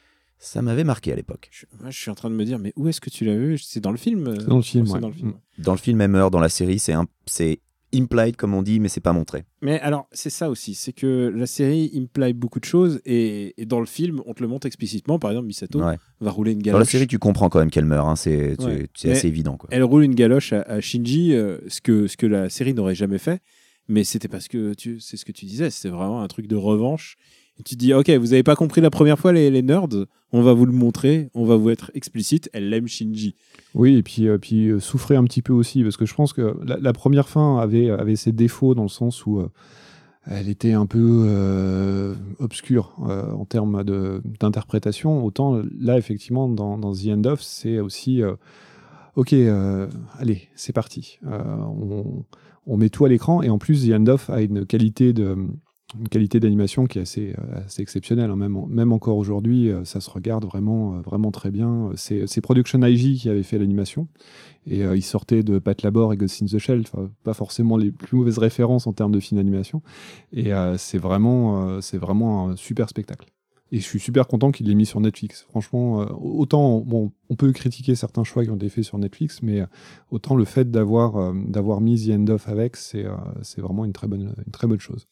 ça m'avait marqué à l'époque. Je, moi, je suis en train de me dire, mais où est-ce que tu l'as vu? C'est dans le film euh, C'est dans le film, c'est ouais. dans le film. Mm. Dans le film, elle meurt, dans la série, c'est, un, c'est implied, comme on dit, mais c'est pas montré. Mais alors, c'est ça aussi, c'est que la série imply beaucoup de choses et, et dans le film, on te le montre explicitement. Par exemple, Misato Ouais. va rouler une galoche. Dans la série, tu comprends quand même qu'elle meurt, hein, c'est, c'est- Ouais. c'est Mais assez évident, quoi. Elle roule une galoche à, à Shinji, euh, ce, que, ce que la série n'aurait jamais fait. Mais c'était parce que, tu, c'est ce que tu disais, c'était vraiment un truc de revanche. Et tu te dis, ok, vous n'avez pas compris la première fois, les, les nerds, on va vous le montrer, on va vous être explicite, elle aime Shinji. Oui, et puis, euh, puis euh, souffrer un petit peu aussi, parce que je pense que la, la première fin avait, avait ses défauts dans le sens où euh, elle était un peu euh, obscure euh, en termes de, d'interprétation. Autant là, effectivement, dans, dans The End of, c'est aussi euh, ok, euh, allez, c'est parti. Euh, on, on met tout à l'écran, et en plus, The End of a une qualité de. Une qualité d'animation qui est assez, euh, assez exceptionnelle, hein. même, en- même encore aujourd'hui, euh, ça se regarde vraiment, euh, vraiment très bien. C'est, c'est Production I G qui avait fait l'animation, et euh, ils sortaient de Pat Labor et Ghost in the Shell, enfin, pas forcément les plus mauvaises références en termes de film d'animation, et euh, c'est, vraiment, euh, c'est vraiment un super spectacle. Et je suis super content qu'il l'ait mis sur Netflix. Franchement, euh, autant bon, on peut critiquer certains choix qui ont été faits sur Netflix, mais euh, autant le fait d'avoir, euh, d'avoir mis The End of avec, c'est, euh, c'est vraiment une très bonne, une très bonne chose.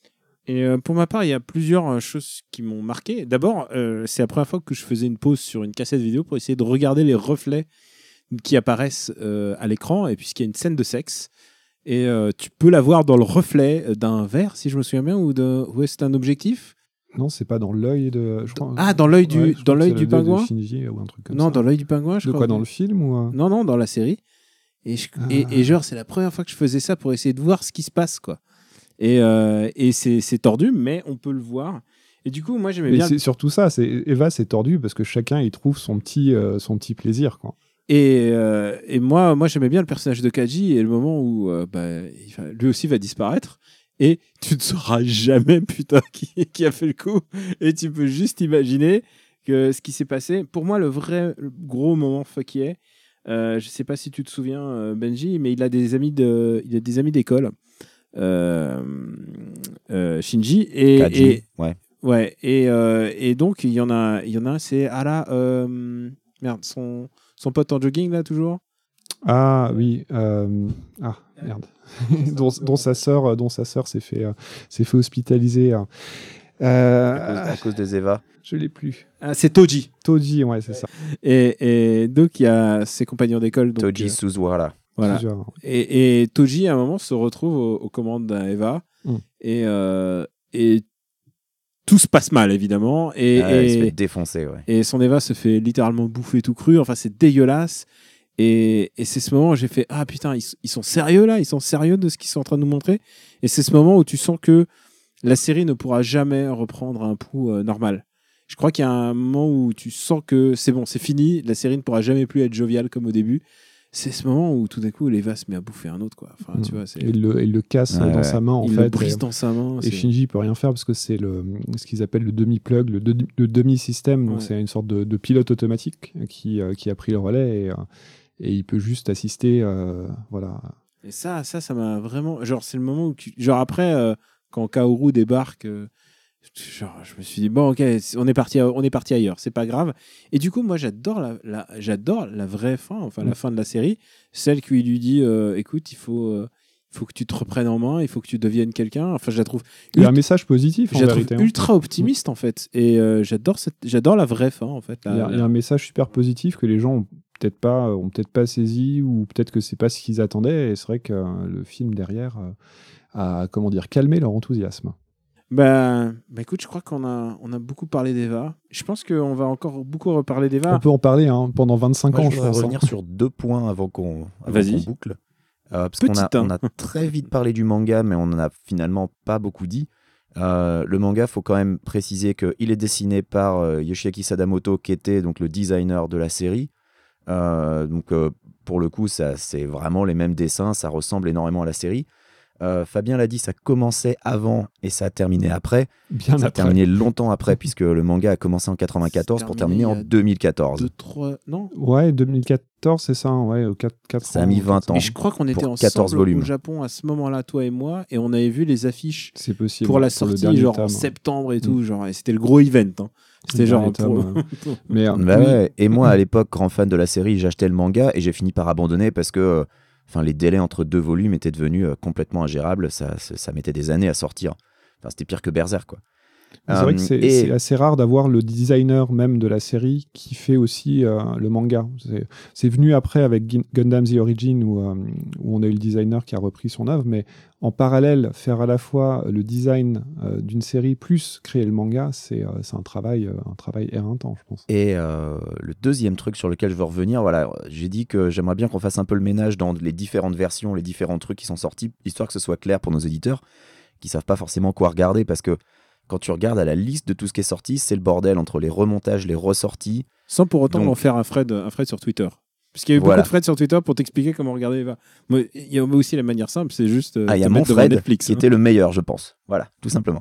Et euh, pour ma part, il y a plusieurs euh, choses qui m'ont marqué. D'abord, euh, c'est la première fois que je faisais une pause sur une cassette vidéo pour essayer de regarder les reflets qui apparaissent euh, à l'écran, et puisqu'il y a une scène de sexe, et euh, tu peux la voir dans le reflet d'un verre, si je me souviens bien, ou de... ouais, c'est un objectif. Non, c'est pas dans l'œil de. Je crois, Ah, dans l'œil du, ouais, je dans crois que l'œil c'est du l'œil de pingouin. Shinji ou un truc comme Non, ça. dans l'œil du pingouin, je De crois. quoi, dans le film ou euh Non, non, dans la série. Et, je- et, Ah. et genre, c'est la première fois que je faisais ça pour essayer de voir ce qui se passe, quoi. Et, euh, et c'est, c'est tordu, mais on peut le voir. Et du coup, moi, j'aimais Mais bien. c'est surtout ça, c'est Eva, c'est tordu parce que chacun il trouve son petit, euh, son petit plaisir, quoi. Et, euh, et moi, moi, j'aimais bien le personnage de Kaji et le moment où euh, bah, il va- lui aussi va disparaître. Et tu ne sauras jamais, putain, qui, qui a fait le coup. Et tu peux juste imaginer que ce qui s'est passé. Pour moi, le vrai le gros moment fuck yeah, euh, je sais pas si tu te souviens, euh, Benji, mais il a des amis de, il a des amis d'école, euh, euh, Shinji et, Kaji, et ouais. ouais et, euh, et donc il y en a, il y en a un, c'est Ara, euh, merde, son son pote en jogging là toujours. Ah oui, euh, ah merde, dont, dont sa sœur, dont sa sœur s'est fait, euh, s'est fait hospitaliser. hein. Euh, À cause, à cause des Eva. Je l'ai plus. Ah, c'est Toji. Toji, ouais, c'est ça. Et, et donc il y a ses compagnons d'école. donc, Toji euh, Suzuhara. Voilà. Plusieurs. Et, et Toji, à un moment, se retrouve aux, aux commandes d'un Eva. Mm. Et, euh, et tout se passe mal, évidemment. Et, Ah, il se et, fait défoncer, ouais. et son Eva se fait littéralement bouffer tout cru. Enfin, c'est dégueulasse. Et, et c'est ce moment où j'ai fait ah putain, ils, ils sont sérieux là, ils sont sérieux de ce qu'ils sont en train de nous montrer. Et c'est ce moment où tu sens que la série ne pourra jamais reprendre un pouls euh, normal. Je crois qu'il y a un moment où tu sens que c'est bon, c'est fini, la série ne pourra jamais plus être joviale comme au début. C'est ce moment où tout d'un coup l'Eva se met à bouffer un autre, quoi. Enfin, Mm. tu vois, c'est... Il le, il le casse Ouais, dans ouais. sa main, en il fait. le brise et- dans sa main. Et c'est- Shinji peut rien faire parce que c'est le, ce qu'ils appellent le demi-plug, le, de- le demi-système. Donc Ouais. c'est une sorte de, de pilote automatique qui, euh, qui a pris le relais et, euh, et il peut juste assister. euh, voilà. Et ça, ça, ça m'a vraiment. Genre, c'est le moment où tu. Genre, après, euh, quand Kaoru débarque, euh, genre, je me suis dit, bon, ok, on est parti, on est parti ailleurs, c'est pas grave. Et du coup, moi, j'adore la, la, j'adore la vraie fin, enfin, la Mm. fin de la série, celle qui lui dit, euh, écoute, il faut, euh, il faut que tu te reprennes en main, il faut que tu deviennes quelqu'un. Enfin, je la trouve. Il y a un ultra- message positif en je la trouve vérité. hein. ultra optimiste, en fait. Et euh, j'adore, cette, j'adore la vraie fin, en fait. La- Il y, a, il y a un message super positif que les gens ont peut-être pas, ont peut-être pas saisi ou peut-être que c'est pas ce qu'ils attendaient. Et c'est vrai que euh, le film derrière euh, a comment dire calmé leur enthousiasme. Bah, bah, écoute, je crois qu'on a, on a beaucoup parlé d'Eva. Je pense qu'on va encore beaucoup reparler d'Eva. On peut en parler hein, pendant vingt-cinq Moi, ans, je je voudrais pense. hein. revenir sur deux points avant qu'on avant Vas-y. qu'on boucle. Euh, parce qu'on a, Petite, hein. on a très vite parlé du manga, mais on n'en a finalement pas beaucoup dit. Euh, le manga, faut quand même préciser qu'il est dessiné par euh, Yoshiaki Sadamoto, qui était donc le designer de la série. Euh, donc, euh, pour le coup, ça, c'est vraiment les mêmes dessins, ça ressemble énormément à la série. Euh, Fabien l'a dit, ça commençait avant et ça a terminé après. Bien ça a après. terminé longtemps après, puisque le manga a commencé en quatre-vingt-quatorze pour terminé terminer en il y a deux mille quatorze. Deux, trois... Non. Ouais, deux mille quatorze, c'est ça. Ouais, quatre, quatre Ça ans, a mis vingt ans. Mais je crois qu'on était pour ensemble quatorze volumes. au Japon à ce moment-là, toi et moi, et on avait vu les affiches C'est possible. pour la le sortie, dernier genre en tome. septembre et tout, genre, et c'était le gros event. Hein. C'était Le genre dernier pour- tome, euh, Mais euh, Bah oui, ouais. Et moi, à l'époque, grand fan de la série, j'achetais le manga et j'ai fini par abandonner parce que euh, enfin, les délais entre deux volumes étaient devenus euh, complètement ingérables. Ça, ça, ça mettait des années à sortir. Enfin, c'était pire que Berserk, quoi. c'est vrai que Euh, c'est et- c'est assez rare d'avoir le designer même de la série qui fait aussi euh, le manga. C'est- C'est venu après avec Gin- Gundam The Origin où, euh, où on a eu le designer qui a repris son œuvre, mais en parallèle, faire à la fois le design euh, d'une série plus créer le manga, c'est euh, c'est un travail, euh, un travail éreintant, je pense. Et euh, le deuxième truc sur lequel je veux revenir, voilà, j'ai dit que j'aimerais bien qu'on fasse un peu le ménage dans les différentes versions, les différents trucs qui sont sortis, histoire que ce soit clair pour nos éditeurs qui savent pas forcément quoi regarder, parce que quand tu regardes à la liste de tout ce qui est sorti, c'est le bordel entre les remontages, les ressorties. Sans pour autant Donc- en faire un thread, un thread sur Twitter. Parce qu'il y a eu Voilà. beaucoup de threads sur Twitter pour t'expliquer comment regarder Eva. Moi, il y a aussi la manière simple, c'est juste euh, Ah, il y a te mon mettre devant Fred Netflix. qui hein. était le meilleur, je pense. Voilà, tout simplement.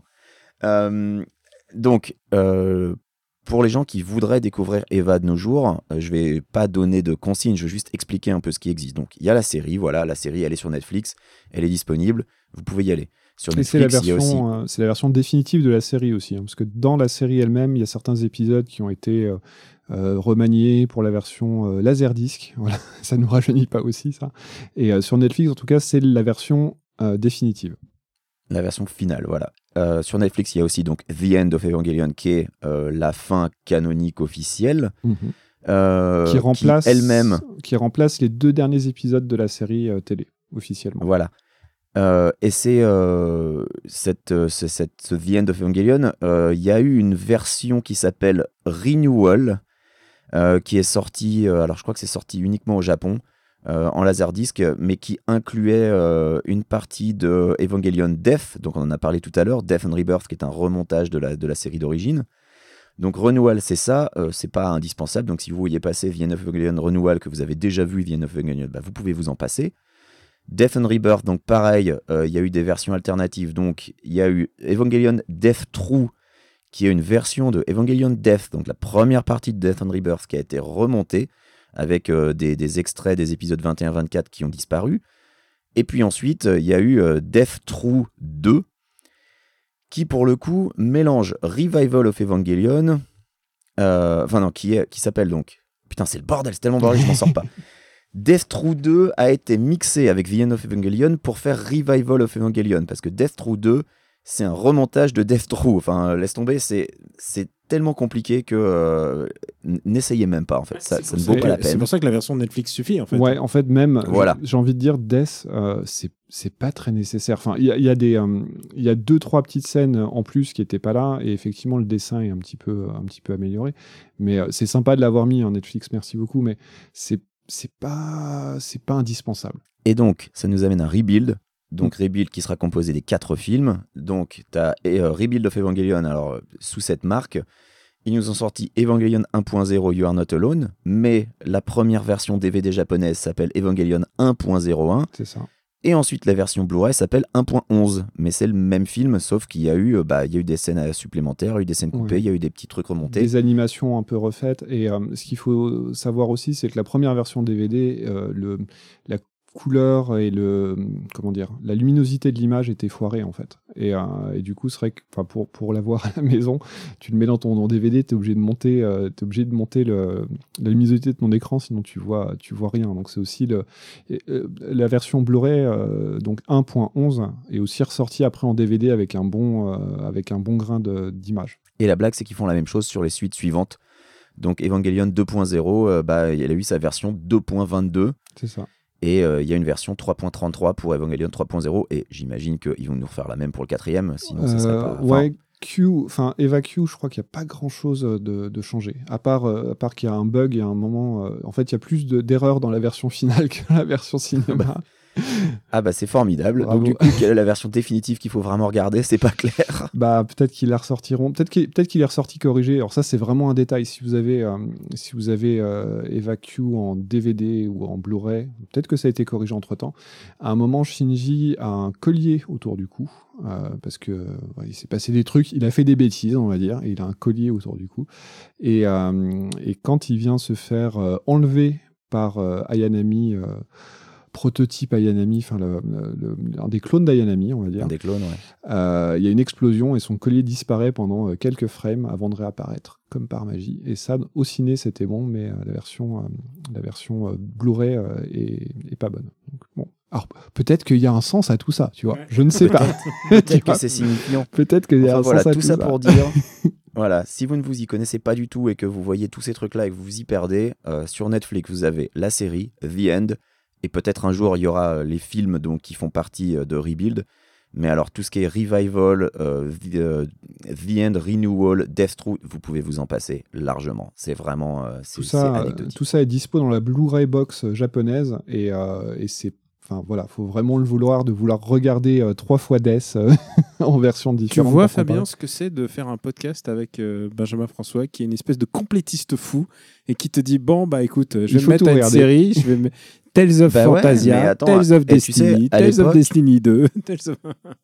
Euh, donc, euh, pour les gens qui voudraient découvrir Eva de nos jours, euh, je vais pas donner de consignes, je vais juste expliquer un peu ce qui existe. Donc, il y a la série, voilà, la série, elle est sur Netflix, elle est disponible, vous pouvez y aller. Sur Et c'est la, Netflix, il y a aussi... version, euh, c'est la version définitive de la série aussi, hein, parce que dans la série elle-même, il y a certains épisodes qui ont été euh, euh, remaniés pour la version euh, Laserdisc. Voilà, ça nous rajeunit pas aussi, ça. Et euh, sur Netflix, en tout cas, c'est la version euh, définitive. La version finale, voilà. Euh, sur Netflix, il y a aussi donc The End of Evangelion, qui est euh, la fin canonique officielle, Mhm. euh, qui remplace, qui elle-même, qui remplace les deux derniers épisodes de la série euh, télé, officiellement. voilà. Euh, et c'est euh, cette, euh, ce, cette, ce The End of Evangelion, euh, il y a eu une version qui s'appelle Renewal, euh, qui est sortie, euh, alors je crois que c'est sorti uniquement au Japon, euh, en laserdisc, mais qui incluait euh, une partie de Evangelion Death, donc on en a parlé tout à l'heure, Death and Rebirth, qui est un remontage de la, de la série d'origine. Donc Renewal, c'est ça, euh, c'est pas indispensable, donc si vous voyez passer The End of Evangelion Renewal, que vous avez déjà vu The End of Evangelion, bah, vous pouvez vous en passer. Death and Rebirth, donc pareil, il euh, y a eu des versions alternatives, donc il y a eu Evangelion Death True, qui est une version de Evangelion Death, donc la première partie de Death and Rebirth, qui a été remontée, avec euh, des, des extraits des épisodes vingt et un vingt-quatre qui ont disparu. Et puis ensuite, il euh, y a eu euh, Death True deux, qui pour le coup mélange Revival of Evangelion, euh, enfin non, qui, est, qui s'appelle donc... Putain, c'est le bordel, c'est tellement bordel, je m'en sors pas. Death True deux a été mixé avec The End of Evangelion pour faire Revival of Evangelion, parce que Death True deux, c'est un remontage de Death True. Enfin, laisse tomber, c'est, c'est tellement compliqué que euh, n'essayez même pas, en fait. Ça, ça ne vaut pas la peine. C'est pour ça que la version de Netflix suffit, en fait. Ouais, en fait, même, voilà. j'ai envie de dire, Death, euh, c'est, c'est pas très nécessaire. Enfin, il y a, y a des, euh, y a deux, trois petites scènes en plus qui étaient pas là, et effectivement, le dessin est un petit peu, un petit peu amélioré. Mais euh, c'est sympa de l'avoir mis en Netflix, merci beaucoup, mais c'est, c'est pas, c'est pas indispensable. Et donc, ça nous amène à Rebuild. Donc Rebuild qui sera composé des quatre films. Donc tu as euh, Rebuild of Evangelion, alors euh, sous cette marque. Ils nous ont sorti Evangelion un point zéro You Are Not Alone, mais la première version D V D japonaise s'appelle Evangelion un point zéro un. C'est ça. Et ensuite la version Blu-ray s'appelle un point onze. Mais c'est le même film, sauf qu'il y a eu, euh, bah, il y a eu des scènes supplémentaires, il y a eu des scènes coupées, Ouais. il y a eu des petits trucs remontés. Des animations un peu refaites. Et euh, ce qu'il faut savoir aussi, c'est que la première version D V D, euh, le, la couleur et le comment dire la luminosité de l'image était foirée en fait et, euh, et du coup c'est vrai que pour pour l'avoir à la maison tu le mets dans ton dans D V D, t'es obligé de monter euh, t'es obligé de monter le, la luminosité de ton écran, sinon tu vois tu vois rien. Donc c'est aussi le et, euh, la version Blu-ray euh, donc un point onze est aussi ressortie après en D V D avec un bon euh, avec un bon grain de, d'image. Et la blague, c'est qu'ils font la même chose sur les suites suivantes. Donc Evangelion deux point zéro, euh, bah, il a eu sa version deux point vingt-deux. C'est ça. Et il euh, y a une version trois point trente-trois pour Evangelion trois point zéro, et j'imagine qu'ils vont nous refaire la même pour le quatrième, sinon ça serait Euh, pas... Enfin, ouais, Q, enfin Eva Q, je crois qu'il n'y a pas grand chose de, de changé. À part, euh, à part qu'il y a un bug et un moment. Euh, en fait, il y a plus de, d'erreurs dans la version finale que la version cinéma. Ah bah c'est formidable. Bravo. Donc du coup, quelle est la version définitive qu'il faut vraiment regarder? C'est pas clair. Bah peut-être qu'ils la ressortiront. Peut-être qu'il, peut-être qu'il est ressorti corrigé. Alors ça, c'est vraiment un détail. Si vous avez, euh, si vous avez euh, Eva Q en D V D ou en Blu-ray, peut-être que ça a été corrigé entre-temps. À un moment, Shinji a un collier autour du cou. Euh, parce que euh, ouais, il s'est passé des trucs, il a fait des bêtises, on va dire, et il a un collier autour du cou. Et, euh, et quand il vient se faire euh, enlever par euh, Ayanami, euh, prototype Ayanami, enfin le, le, le, un des clones d'Ayanami, on va dire. Un des clones, ouais. Euh, il y a une explosion et son collier disparaît pendant euh, quelques frames avant de réapparaître, comme par magie. Et ça, au ciné, c'était bon, mais euh, la version, euh, la version euh, Blu-ray euh, est, est pas bonne. Donc, bon. Alors, peut-être qu'il y a un sens à tout ça, tu vois. Ouais. Je ne sais pas. Peut-être que c'est signifiant. Peut-être qu'il y a enfin, un voilà, sens à tout, tout ça. ça pour dire... Voilà, si vous ne vous y connaissez pas du tout et que vous voyez tous ces trucs-là et que vous vous y perdez, euh, sur Netflix, vous avez la série The End, et peut-être un jour, il y aura les films donc, qui font partie de Rebuild. Mais alors, tout ce qui est Revival, euh, the, uh, the End, Renewal, Death True, vous pouvez vous en passer largement. C'est vraiment euh, c'est, tout, ça, c'est anecdotique. Tout ça est dispo dans la Blu-ray box japonaise, et, euh, et c'est Enfin voilà, faut vraiment le vouloir, de vouloir regarder euh, trois fois Death euh, en version différente. Tu vois, Fabien, ce que c'est de faire un podcast avec euh, Benjamin François, qui est une espèce de complétiste fou et qui te dit bon bah écoute, je vais me mettre à une série, je vais me... Tales of bah Fantasia, ouais, attends, Tales of Destiny, tu sais, Tales of Destiny deux. Of...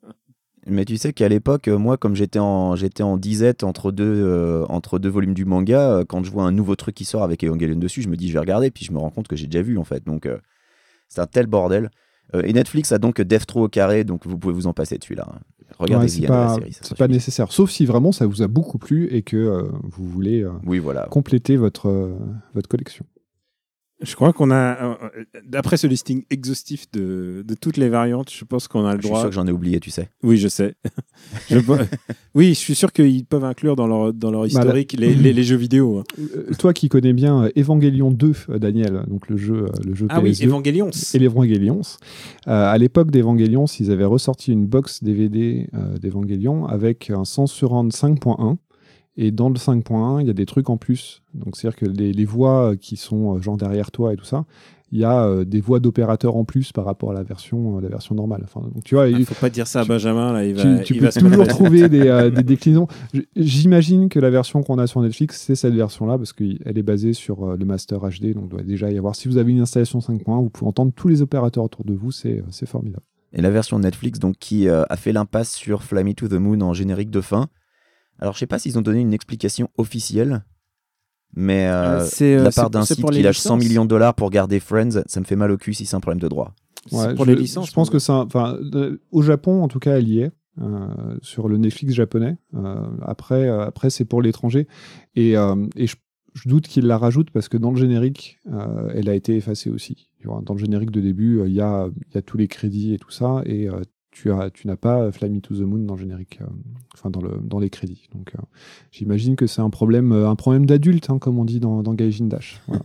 Mais tu sais qu'à l'époque, moi, comme j'étais en j'étais en disette entre deux euh, entre deux volumes du manga, euh, quand je vois un nouveau truc qui sort avec Evangelion dessus, je me dis je vais regarder, puis je me rends compte que j'ai déjà vu en fait. Donc euh, c'est un tel bordel. Euh, et Netflix a donc Death True au carré, donc vous pouvez vous en passer dessus là. Regardez, ouais, c'est pas, la série, c'est pas nécessaire. Sauf si vraiment ça vous a beaucoup plu et que euh, vous voulez euh, oui, voilà. compléter votre, euh, votre collection. Je crois qu'on a, euh, d'après ce listing exhaustif de, de toutes les variantes, je pense qu'on a le Je suis droit. sûr que j'en ai oublié, tu sais. Oui, je sais. je... Oui, je suis sûr qu'ils peuvent inclure dans leur, dans leur historique Bah, les, les, les jeux vidéo. Hein. Euh, Toi qui connais bien euh, Evangelion deux, euh, Daniel, donc le jeu, euh, le jeu Ah P S deux, oui, Evangelions. et l'Evangelions. Euh, à l'époque d'Evangelions, ils avaient ressorti une box D V D euh, d'Evangelion avec un sens surround cinq point un. Et dans le cinq point un, il y a des trucs en plus. Donc, c'est-à-dire que les, les voix qui sont euh, genre derrière toi et tout ça, il y a euh, des voix d'opérateurs en plus par rapport à la version, euh, la version normale. Enfin, donc, tu vois, Il il faut pas dire ça à Benjamin, là, il va, tu, tu il peux va se toujours mettre- trouver des, euh, des déclinaisons. J- J'imagine que la version qu'on a sur Netflix, c'est cette version-là, parce qu'elle est basée sur euh, le Master H D, donc il doit déjà y avoir. Si vous avez une installation cinq point un, vous pouvez entendre tous les opérateurs autour de vous, c'est euh, c'est formidable. Et la version Netflix, donc, qui euh, a fait l'impasse sur Fly Me to the Moon en générique de fin. Alors, je sais pas s'ils ont donné une explication officielle, mais euh, Euh, c'est, de euh, la c'est- part d'un c'est site pour qui les lâche cent licences. millions de dollars pour garder Friends, ça me fait mal au cul si c'est un problème de droit. C'est Ouais, pour je, les licences. Je pense mais que c'est un- enfin, euh, au Japon, en tout cas, elle y est. euh, sur le Netflix japonais. Euh, après, euh, après c'est pour l'étranger. Et, euh, et je, je doute qu'il la rajoute parce que dans le générique, euh, elle a été effacée aussi. Tu vois, dans le générique de début, il euh, y, a, y a tous les crédits et tout ça. Et euh, tu, as, tu n'as pas Fly Me to the Moon dans le générique, euh, enfin dans, le, dans les crédits. Donc euh, j'imagine que c'est un problème, euh, un problème d'adulte, hein, comme on dit dans, dans Gaijin Dash. Voilà.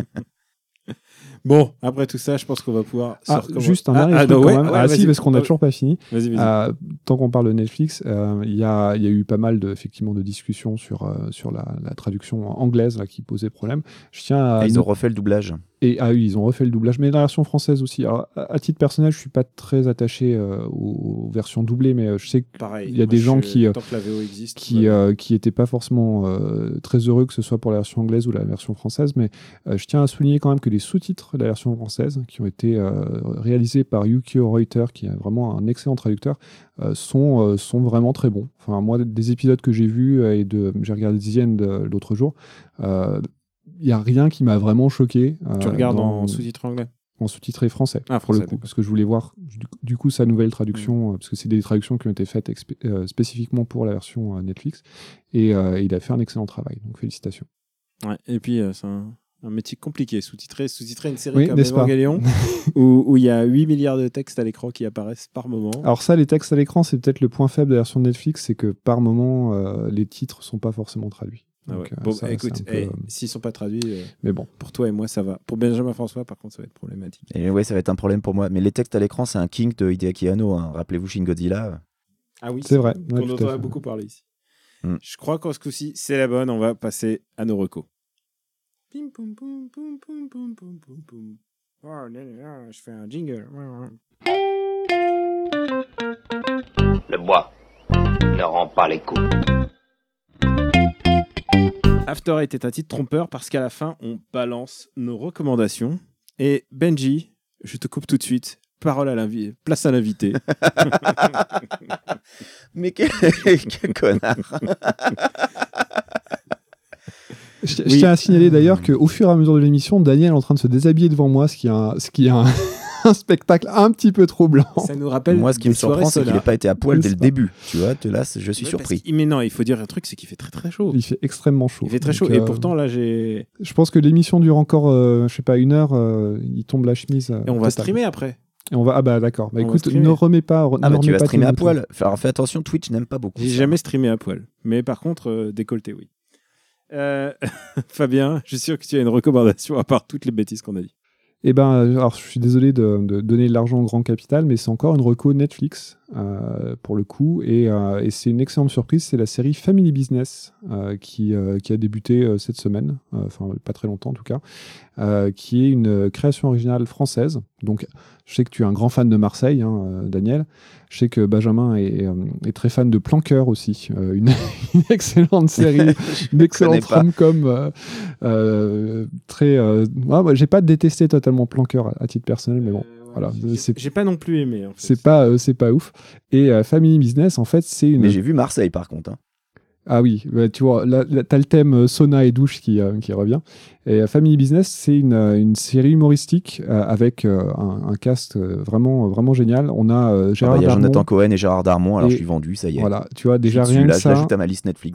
Bon, après tout ça, je pense qu'on va pouvoir. se Ah, recommencer. juste un Ah, dernier ah, truc non, quand ouais, même. ouais, ah vas-y. si, parce qu'on n'a toujours pas fini. Vas-y, vas-y. Euh, tant qu'on parle de Netflix, euh, il y, a, il y a eu pas mal de, effectivement, de discussions sur, euh, sur la, la traduction anglaise là, qui posait problème. Je tiens à Et ils no- ont refait le doublage. Et ah oui, ils ont refait le doublage, mais la version française aussi. Alors, à, à titre personnel, je suis pas très attaché euh, aux, aux versions doublées, mais euh, je sais que Pareil. il y a moi, des je- gens qui, euh, Tant que la V O existe. qui ouais. euh, qui étaient pas forcément euh, très heureux que ce soit pour la version anglaise ou la version française, mais euh, je tiens à souligner quand même que les sous-titres de la version française, qui ont été euh, réalisés par Yukio Reuter, qui est vraiment un excellent traducteur, euh, sont, euh, sont vraiment très bons. Enfin, moi, des épisodes que j'ai vus euh, et de, j'ai regardé The End euh, l'autre jour, euh, il n'y a rien qui m'a vraiment choqué. euh, Tu regardes dans- en sous-titre anglais. en sous-titré français, Ah, pour le français, coup, d'accord. parce que je voulais voir du, du coup sa nouvelle traduction, euh, parce que c'est des traductions qui ont été faites expé- euh, spécifiquement pour la version euh, Netflix, et euh, il a fait un excellent travail, donc félicitations. Ouais. Et puis, euh, c'est un, un métier compliqué. Sous-titrer, sous-titrer une série Oui, comme n'est-ce pas Evangelion, où où il y a huit milliards de textes à l'écran qui apparaissent par moment. Alors ça, les textes à l'écran, c'est peut-être le point faible de la version de Netflix, c'est que par moment, euh, les titres sont pas forcément traduits. Ah ouais. Donc, euh, Bon, ça, écoute, c'est un peu, eh, euh, s'ils sont pas traduits, euh, mais bon. pour toi et moi, ça va. Pour Benjamin François, par contre, ça va être problématique. Et ouais, ça va être un problème pour moi. Mais les textes à l'écran, c'est un king de Hideaki Anno. Hein. Rappelez-vous Shin Godzilla. Ah oui, C'est vrai, On ouais, tout à entend fait. beaucoup parler ici. Mm. Je crois qu'en ce coup-ci, c'est la bonne. On va passer à nos recos. Pim, poum, poum, poum, poum, poum, poum, poum, poum. Oh, là, là, je fais un jingle. Le bois ne rend pas les coups. After Eight est un titre trompeur parce qu'à la fin, on balance nos recommandations. Et Benji, je te coupe tout de suite. Parole à l'invité, place à l'invité. Mais quel, quel connard. Je, je Oui. tiens à signaler d'ailleurs qu'au fur et à mesure de l'émission, Daniel est en train de se déshabiller devant moi, ce qui est un, ce qui est un, un spectacle un petit peu troublant. Ça nous rappelle. Moi, ce qui me des soirées surprend, c'est qu'il Solar. n'ait pas été à poil dès le N'est-ce pas début. Tu vois, te- là, c'est- je suis Ouais, surpris. parce qu'il- Mais non, il faut dire un truc, c'est qu'il fait très très chaud. Il fait extrêmement chaud. Il fait très Donc, chaud. Et euh, pourtant, là, j'ai. je pense que l'émission dure encore, euh, je sais pas, une heure. euh, il tombe la chemise. euh, Et on va totale. streamer après. Et on va. Ah bah d'accord. Bah On va écoute, streamer. ne remets pas. Ah ne bah tu remets vas pas streamer tes à moutons. poil. Alors fais attention, Twitch n'aime pas beaucoup. J'ai ça. jamais streamé à poil. Mais par contre, euh, décolleté, oui. Euh, Fabien, je suis sûr que tu as une recommandation à part toutes les bêtises qu'on a dit. Eh ben, euh, alors je suis désolé de, de donner de l'argent au grand capital, mais c'est encore une reco Netflix euh, pour le coup, et, euh, et c'est une excellente surprise. C'est la série Family Business euh, qui, euh, qui a débuté euh, cette semaine, euh, enfin pas très longtemps en tout cas, euh, qui est une création originale française. Donc, je sais que tu es un grand fan de Marseille, hein, euh, Daniel. Je sais que Benjamin est, euh, est très fan de Planqueur aussi, euh, une, une excellente série, une excellente connais pas. rom-com euh, euh, très. Euh, ouais, moi, j'ai pas détesté totalement Planqueur à, à titre personnel, mais bon, voilà, J'ai- c'est- J'ai pas non plus aimé. En fait. c'est pas, euh, c'est pas ouf. Et euh, Family Business, en fait, c'est une. Mais j'ai vu Marseille par contre. hein. Ah oui, bah, tu vois, là, là, t'as le thème euh, sauna et douche qui, euh, qui revient. Et euh, Family Business, c'est une, euh, une série humoristique euh, avec euh, un, un cast euh, vraiment, vraiment génial. On a euh, Ah bah, Gérard Il y a Darmon. Jonathan Cohen et Gérard Darmon. Alors Et- je suis vendu, ça y est. Voilà, tu vois, Je déjà suis rien dessus, que là, je ça. l'ajoute à ma liste Netflix, voilà.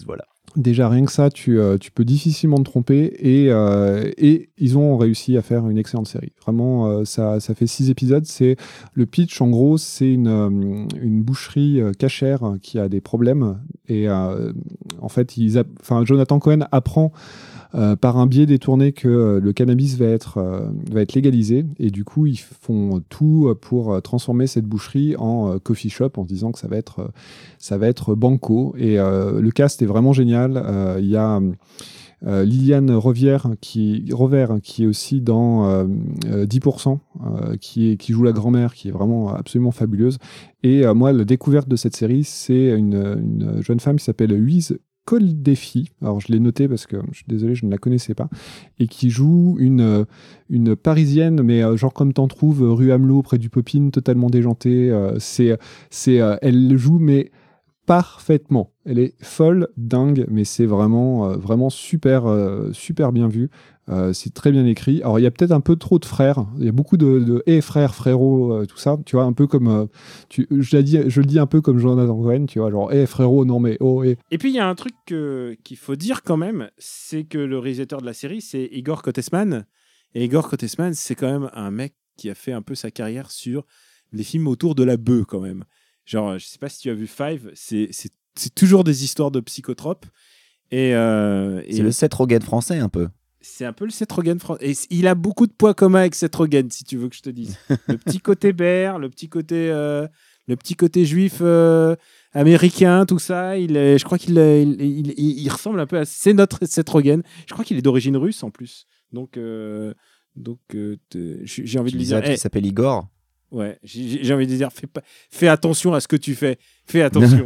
Déjà, rien que ça, tu, euh, tu peux difficilement te tromper. Et, euh, et ils ont réussi à faire une excellente série. Vraiment, euh, ça, ça fait six épisodes. C'est, le pitch, en gros, c'est une, euh, une boucherie euh, cachère qui a des problèmes. Et euh, en fait, ils a, enfin, Jonathan Cohen apprend euh, par un biais détourné que euh, le cannabis va être, euh, va être légalisé. Et du coup, ils font tout pour euh, transformer cette boucherie en euh, coffee shop en se disant que ça va être, euh, ça va être banco. Et euh, le cast est vraiment génial. Il euh, y a euh, Liliane Rovière qui, Rovère, qui est aussi dans euh, euh, dix pour cent, euh, qui, est, qui joue la grand-mère, qui est vraiment absolument fabuleuse. Et euh, moi, la découverte de cette série, c'est une, une jeune femme qui s'appelle Louise Coldefi, alors je l'ai noté parce que je suis désolé, je ne la connaissais pas, et qui joue une, une parisienne, mais euh, genre comme t'en trouves, rue Amelot, près du Popine, totalement déjantée. Euh, c'est, c'est, euh, elle joue, mais parfaitement. Elle est folle, dingue, mais c'est vraiment, euh, vraiment super, euh, super bien vu. Euh, c'est très bien écrit. Alors, il y a peut-être un peu trop de frères. Il y a beaucoup de, de hey, frères, frérot, euh, tout ça. Tu vois, un peu comme. Euh, tu, je, l'ai dit, je le dis un peu comme Jonathan Cohen, tu vois, genre, hé, hey, frérot, non, mais oh, hé. Hey. Et puis, il y a un truc que, qu'il faut dire quand même, c'est que le réalisateur de la série, c'est Igor Kottesman. Et Igor Kottesman, c'est quand même un mec qui a fait un peu sa carrière sur les films autour de la bœuf, quand même. Genre, je sais pas si tu as vu Five, c'est, c'est, c'est toujours des histoires de psychotropes. Et, euh, et c'est le Seth Rogen français, un peu. C'est un peu le Seth Rogen français. Et il a beaucoup de points communs avec Seth Rogen, si tu veux que je te dise. Le petit côté bear, le petit côté, euh, le petit côté juif euh, américain, tout ça. Il est, je crois qu'il est, il, il, il, il ressemble un peu à... C'est notre Seth Rogen. Je crois qu'il est d'origine russe, en plus. Donc, euh, donc euh, j'ai envie tu de lui dire... Hey, il s'appelle Igor. Ouais, j'ai, j'ai envie de dire, fais, pas, fais attention à ce que tu fais. Fais attention.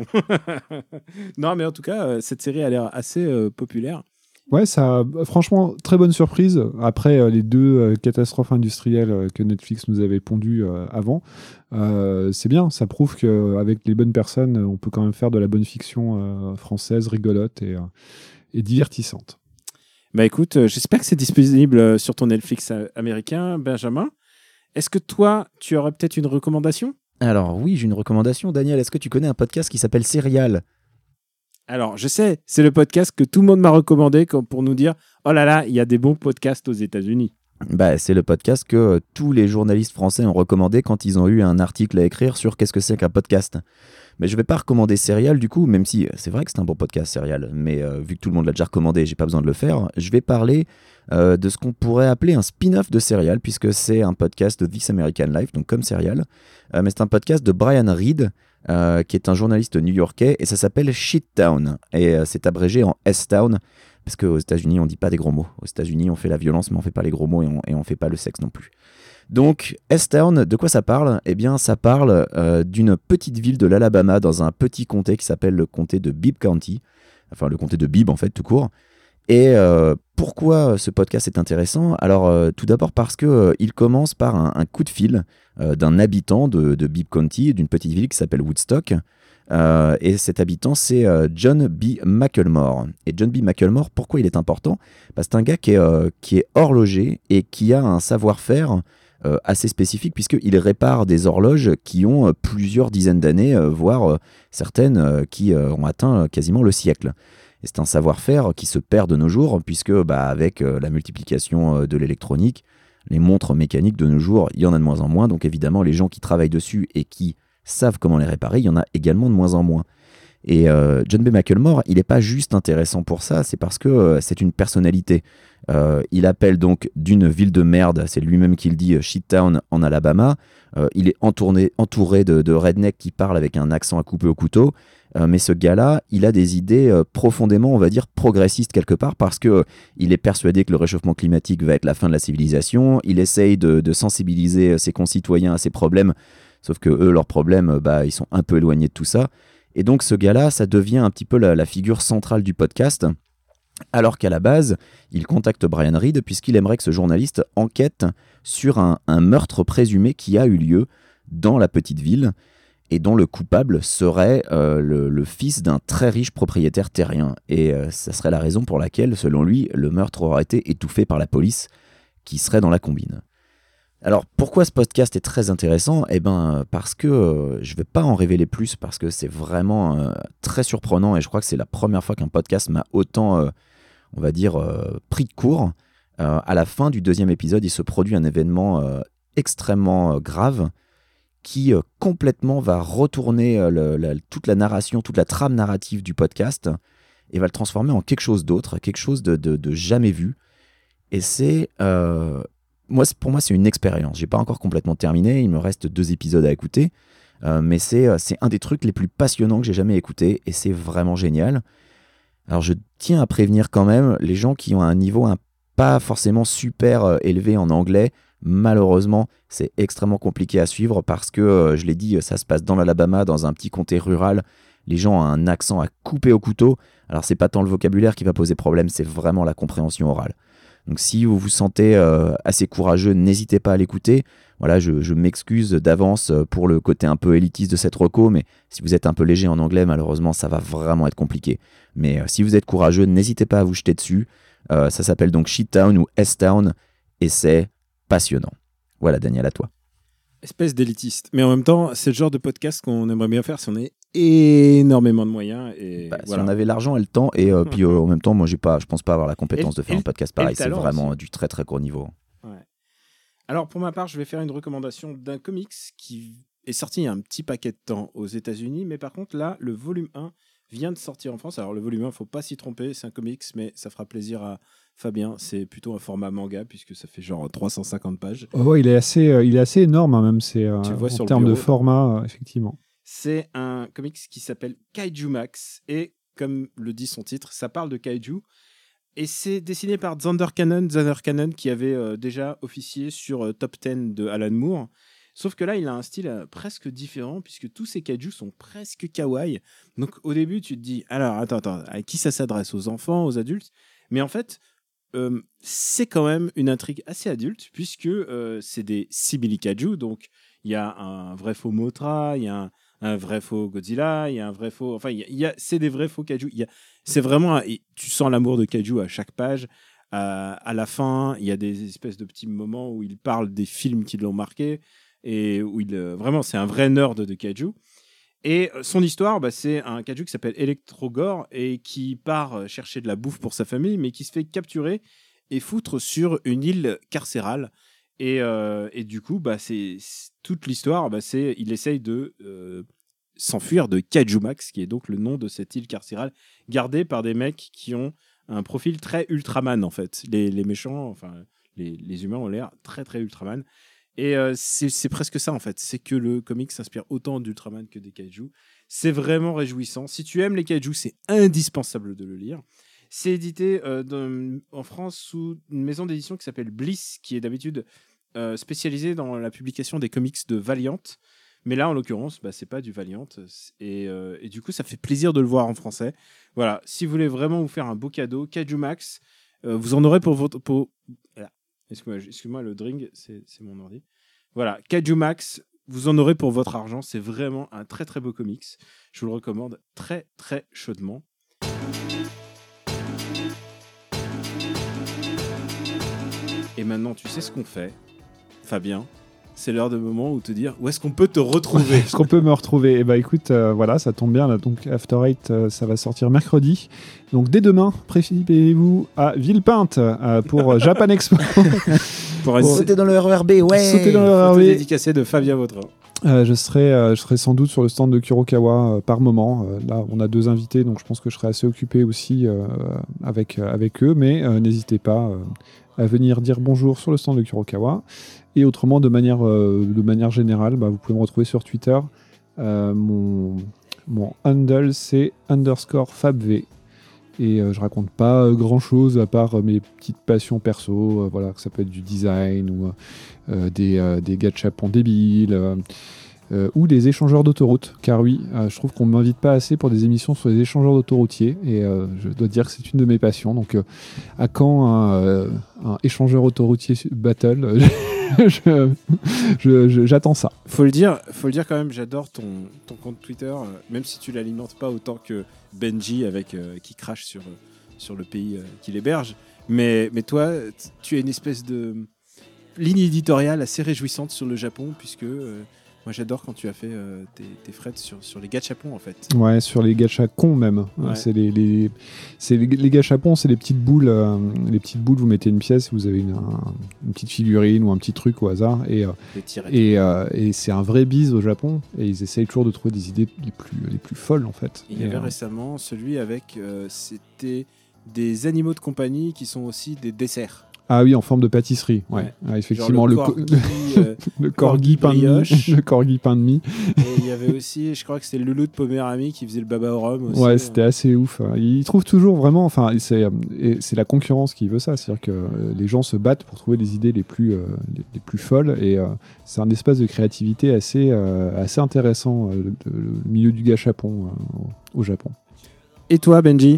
Non, mais en tout cas, cette série a l'air assez euh, populaire. Ouais, ça, franchement, très bonne surprise. Après euh, les deux euh, catastrophes industrielles euh, que Netflix nous avait pondues euh, avant, euh, c'est bien. Ça prouve qu'avec les bonnes personnes, on peut quand même faire de la bonne fiction euh, française, rigolote et, euh, et divertissante. Bah écoute, euh, j'espère que c'est disponible sur ton Netflix américain, Benjamin. Est-ce que toi, tu aurais peut-être une recommandation ? Alors oui, j'ai une recommandation. Daniel, est-ce que tu connais un podcast qui s'appelle Serial ? Alors, je sais, c'est le podcast que tout le monde m'a recommandé pour nous dire « Oh là là, il y a des bons podcasts aux États-Unis ». Bah, c'est le podcast que euh, tous les journalistes français ont recommandé quand ils ont eu un article à écrire sur qu'est-ce que c'est qu'un podcast. Mais je vais pas recommander Serial du coup, même si c'est vrai que c'est un bon podcast Serial, mais euh, vu que tout le monde l'a déjà recommandé, j'ai pas besoin de le faire. Je vais parler euh, de ce qu'on pourrait appeler un spin-off de Serial, puisque c'est un podcast de This American Life, donc comme Serial, euh, mais c'est un podcast de Brian Reed, euh, qui est un journaliste new-yorkais, et ça s'appelle Shittown, et euh, c'est abrégé en S-Town, parce qu'aux États-Unis on dit pas des gros mots. Aux États-Unis on fait la violence, mais on fait pas les gros mots et on, et on fait pas le sexe non plus. Donc, S-Town, de quoi ça parle ? Eh bien, ça parle euh, d'une petite ville de l'Alabama dans un petit comté qui s'appelle le comté de Bibb County. Enfin, le comté de Bibb, en fait, tout court. Et euh, pourquoi ce podcast est intéressant ? Alors, euh, tout d'abord parce qu'il euh, commence par un, un coup de fil euh, d'un habitant de, de Bibb County, d'une petite ville qui s'appelle Woodstock. Euh, et cet habitant, c'est euh, John B. McLemore. Et John B. McLemore, pourquoi il est important ? Parce que c'est un gars qui est, euh, qui est horloger et qui a un savoir-faire Euh, assez spécifique, puisqu'il répare des horloges qui ont euh, plusieurs dizaines d'années, euh, voire euh, certaines euh, qui euh, ont atteint euh, quasiment le siècle. Et c'est un savoir-faire qui se perd de nos jours, puisque bah, avec euh, la multiplication euh, de l'électronique, les montres mécaniques de nos jours, il y en a de moins en moins, donc évidemment les gens qui travaillent dessus et qui savent comment les réparer, il y en a également de moins en moins. Et euh, John B. McLemore, il n'est pas juste intéressant pour ça, c'est parce que euh, c'est une personnalité. Euh, il appelle donc d'une ville de merde, c'est lui-même qui le dit, Shittown en Alabama. Euh, il est entouré, entouré de, de rednecks qui parlent avec un accent à couper au couteau. Euh, mais ce gars-là, il a des idées euh, profondément, on va dire, progressistes quelque part, parce que euh, il est persuadé que le réchauffement climatique va être la fin de la civilisation. Il essaye de, de sensibiliser ses concitoyens à ces problèmes, sauf que eux, leurs problèmes, bah, ils sont un peu éloignés de tout ça. Et donc ce gars-là, ça devient un petit peu la, la figure centrale du podcast, alors qu'à la base, il contacte Brian Reed puisqu'il aimerait que ce journaliste enquête sur un, un meurtre présumé qui a eu lieu dans la petite ville et dont le coupable serait euh, le, le fils d'un très riche propriétaire terrien. Et euh, ça serait la raison pour laquelle, selon lui, le meurtre aurait été étouffé par la police qui serait dans la combine. Alors, pourquoi ce podcast est très intéressant ? Eh ben, parce que euh, je ne vais pas en révéler plus, parce que c'est vraiment euh, très surprenant, et je crois que c'est la première fois qu'un podcast m'a autant, euh, on va dire, euh, pris de court. Euh, à la fin du deuxième épisode, il se produit un événement euh, extrêmement euh, grave qui euh, complètement va retourner euh, le, la, toute la narration, toute la trame narrative du podcast, et va le transformer en quelque chose d'autre, quelque chose de, de, de jamais vu. Et c'est... Euh, Moi, pour moi, c'est une expérience. J'ai pas encore complètement terminé. Il me reste deux épisodes à écouter. Euh, mais c'est, c'est un des trucs les plus passionnants que j'ai jamais écouté. Et c'est vraiment génial. Alors, je tiens à prévenir quand même les gens qui ont un niveau un, pas forcément super euh, élevé en anglais. Malheureusement, c'est extrêmement compliqué à suivre parce que, euh, je l'ai dit, ça se passe dans l'Alabama, dans un petit comté rural. Les gens ont un accent à couper au couteau. Alors, c'est pas tant le vocabulaire qui va poser problème, c'est vraiment la compréhension orale. Donc si vous vous sentez euh, assez courageux, n'hésitez pas à l'écouter. Voilà, je, je m'excuse d'avance pour le côté un peu élitiste de cette reco, mais si vous êtes un peu léger en anglais, malheureusement, ça va vraiment être compliqué. Mais euh, si vous êtes courageux, n'hésitez pas à vous jeter dessus. Euh, ça s'appelle donc Shittown ou S-Town, et c'est passionnant. Voilà, Daniel, à toi. Espèce d'élitiste. Mais en même temps, c'est le genre de podcast qu'on aimerait bien faire si on a énormément de moyens. Et bah, voilà. Si on avait l'argent et le temps, et euh, puis euh, en même temps, moi, j'ai pas, je pense pas avoir la compétence et, de faire un podcast pareil. C'est vraiment aussi. Du très très gros niveau. Ouais. Alors, pour ma part, je vais faire une recommandation d'un comics qui est sorti il y a un petit paquet de temps aux États-Unis, mais par contre, là, le volume un vient de sortir en France. Alors, le volume un, il ne faut pas s'y tromper, c'est un comics, mais ça fera plaisir à Fabien. C'est plutôt un format manga, puisque ça fait genre trois cent cinquante pages. Oh, ouais, il est assez, euh, il est assez énorme, hein, même c'est, euh, tu le vois en sur termes le de bureau, format, euh, effectivement. C'est un comics qui s'appelle Kaiju Max, et comme le dit son titre, ça parle de Kaiju. Et c'est dessiné par Zander Cannon, Zander Cannon qui avait euh, déjà officié sur euh, Top dix de Alan Moore. Sauf que là, il a un style euh, presque différent, puisque tous ces kaiju sont presque kawaii. Donc au début, tu te dis, alors attends, attends, à qui ça s'adresse ? Aux enfants, aux adultes ? Mais en fait, euh, c'est quand même une intrigue assez adulte, puisque euh, c'est des simili kaiju. Donc il y a un vrai faux Mothra, il y a un, un vrai faux Godzilla, il y a un vrai faux... Enfin, il y a, il y a, c'est des vrais faux kaiju. Il y a, c'est vraiment... Un, tu sens l'amour de kaiju à chaque page. Euh, à la fin, il y a des espèces de petits moments où il parle des films qui l'ont marqué. Et où il... Euh, vraiment, c'est un vrai nerd de kaiju. Et son histoire, bah, c'est un kaiju qui s'appelle Electrogore et qui part chercher de la bouffe pour sa famille, mais qui se fait capturer et foutre sur une île carcérale. Et, euh, et du coup, bah, c'est, c'est toute l'histoire, bah, c'est il essaye de euh, s'enfuir de Kaiju Max, qui est donc le nom de cette île carcérale, gardée par des mecs qui ont un profil très Ultraman, en fait. Les, les méchants, enfin, les, les humains ont l'air très, très Ultraman. Et euh, c'est, c'est presque ça, en fait. C'est que le comic s'inspire autant d'Ultraman que des kaiju. C'est vraiment réjouissant. Si tu aimes les kaiju, c'est indispensable de le lire. C'est édité euh, dans, en France sous une maison d'édition qui s'appelle Bliss, qui est d'habitude euh, spécialisée dans la publication des comics de Valiant. Mais là, en l'occurrence, bah, c'est pas du Valiant. Et, euh, et du coup, ça fait plaisir de le voir en français. Voilà. Si vous voulez vraiment vous faire un beau cadeau, Kaiju Max, euh, vous en aurez pour votre... Pour... Voilà. Excuse-moi, excuse-moi, le drink, c'est, c'est mon ordi. Voilà, Kaiju Max, vous en aurez pour votre argent. C'est vraiment un très très beau comics. Je vous le recommande très très chaudement. Et maintenant, tu sais ce qu'on fait, Fabien. C'est l'heure de moment où te dire où est-ce qu'on peut te retrouver. Est-ce qu'on peut me retrouver ? Eh ben écoute, euh, voilà, ça tombe bien là. Donc After Eight, euh, ça va sortir mercredi. Donc dès demain, précipitez-vous à Villepinte euh, pour Japan Expo. Pour sauter dans le R E R B, ouais. Sauter dans le R E R B. Dédicacé de Fabien Vautrin. Euh, je serai, euh, je serai sans doute sur le stand de Kurokawa euh, par moment. Euh, là, on a deux invités, donc je pense que je serai assez occupé aussi euh, avec euh, avec eux. Mais euh, n'hésitez pas euh, à venir dire bonjour sur le stand de Kurokawa. Et autrement, de manière, euh, de manière générale, bah, vous pouvez me retrouver sur Twitter. Euh, mon, mon handle, c'est underscore fabv. Et euh, je raconte pas euh, grand-chose à part euh, mes petites passions perso. Euh, voilà, que ça peut être du design ou euh, des, euh, des gachapons débiles euh, euh, ou des échangeurs d'autoroute. Car oui, euh, je trouve qu'on ne m'invite pas assez pour des émissions sur les échangeurs d'autoroutiers. Et euh, je dois dire que c'est une de mes passions. Donc, euh, à quand un, euh, un échangeur autoroutier battle je, je, je, j'attends ça. Faut le dire, faut le dire quand même, j'adore ton, ton compte Twitter, euh, même si tu l'alimentes pas autant que Benji avec euh, qui crache sur, euh, sur le pays euh, qui l'héberge. Mais, mais toi, tu es une espèce de ligne éditoriale assez réjouissante sur le Japon, puisque euh, moi j'adore quand tu as fait euh, tes, tes frettes sur, sur les gachapons en fait. Ouais, sur les gachacons même. Ouais. C'est les, les, c'est les, les gachapons, c'est les petites boules. Euh, les petites boules, vous mettez une pièce, vous avez une, un- une petite figurine ou un petit truc au hasard. Et, euh, Les tirets. et, euh, et c'est un vrai bise au Japon. Et ils essayent toujours de trouver des idées les plus, les plus folles en fait. Il y Et, avait euh, récemment celui avec, euh, c'était des animaux de compagnie qui sont aussi des desserts. Ah oui, en forme de pâtisserie. Ouais. Ouais. Ouais, effectivement, Genre le, le co- corgi, euh, le corgi corgi pain de mie. brioche. Le corgi pain de mie. et il y avait aussi, je crois que c'était le Loulou de Poméranie qui faisait le baba au rhum aussi. Ouais, c'était assez ouf. Ils trouvent toujours vraiment, enfin, c'est, et c'est la concurrence qui veut ça, c'est-à-dire que euh, les gens se battent pour trouver les idées les plus, euh, les, les plus folles, et euh, c'est un espace de créativité assez, euh, assez intéressant, euh, le, le milieu du gachapon euh, au, au Japon. Et toi, Benji?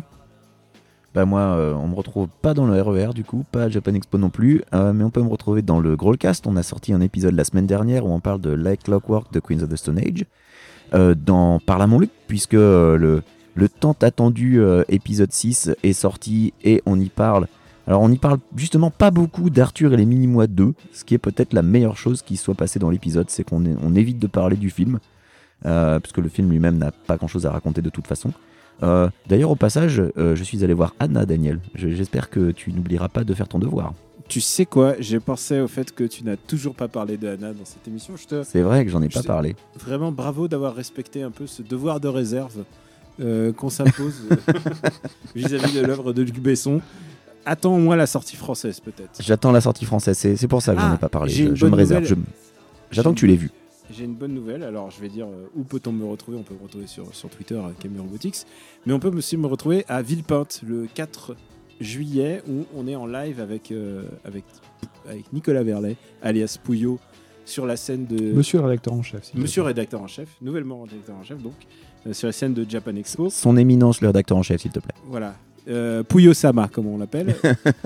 Bah moi, euh, on me retrouve pas dans le R E R du coup, pas à Japan Expo non plus, euh, mais on peut me retrouver dans le Growlcast. On a sorti un épisode la semaine dernière où on parle de Like Clockwork de Queens of the Stone Age, euh, dans Parle à mon Luc, puisque euh, le, le tant attendu euh, épisode six est sorti et on y parle. Alors on y parle justement pas beaucoup d'Arthur et les Mini-Mois deux, ce qui est peut-être la meilleure chose qui soit passée dans l'épisode, c'est qu'on est- on évite de parler du film, euh, parce que le film lui-même n'a pas grand-chose à raconter de toute façon. Euh, D'ailleurs, au passage, euh, je suis allé voir Anna, Daniel. Je- J'espère que tu n'oublieras pas de faire ton devoir. Tu sais quoi? J'ai pensé au fait que tu n'as toujours pas parlé de Anna dans cette émission. Je te C'est vrai que j'en ai Je pas sais- parlé. vraiment bravo d'avoir respecté un peu ce devoir de réserve euh, qu'on s'impose euh, vis-à-vis de l'œuvre de Luc Besson. Attends au moins la sortie française peut-être. J'attends la sortie française, c'est c'est pour ça que j'en Ah, ai pas parlé. j'ai Je, une je me bonne réserve. nouvelle. je- J'attends que tu l'aies vu. J'ai une bonne nouvelle, alors je vais dire euh, où peut-on me retrouver? On peut me retrouver sur, sur Twitter, euh, Camille Robotics, mais on peut aussi me retrouver à Villepinte le quatre juillet où on est en live avec, euh, avec, avec Nicolas Verlet, alias Pouillot, sur la scène de... Monsieur le rédacteur en chef. s'il te Monsieur plaît. rédacteur en chef, nouvellement rédacteur en chef donc, euh, sur la scène de Japan Expo. Son éminence, le rédacteur en chef, s'il te plaît. Voilà, euh, Pouillot Sama, comme on l'appelle.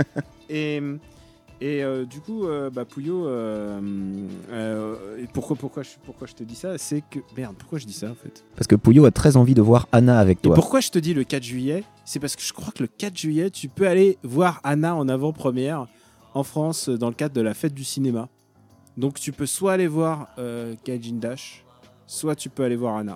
et et euh, du coup, euh, bah, Pouillot, euh, euh, et pourquoi, pourquoi, je, pourquoi je te dis ça? C'est que. Merde, pourquoi je dis ça en fait? Parce que Pouillot a très envie de voir Anna avec Et toi. pourquoi je te dis le quatre juillet? C'est parce que je crois que le quatre juillet, tu peux aller voir Anna en avant-première en France euh, dans le cadre de la fête du cinéma. Donc tu peux soit aller voir euh, Gaijin Dash, soit tu peux aller voir Anna.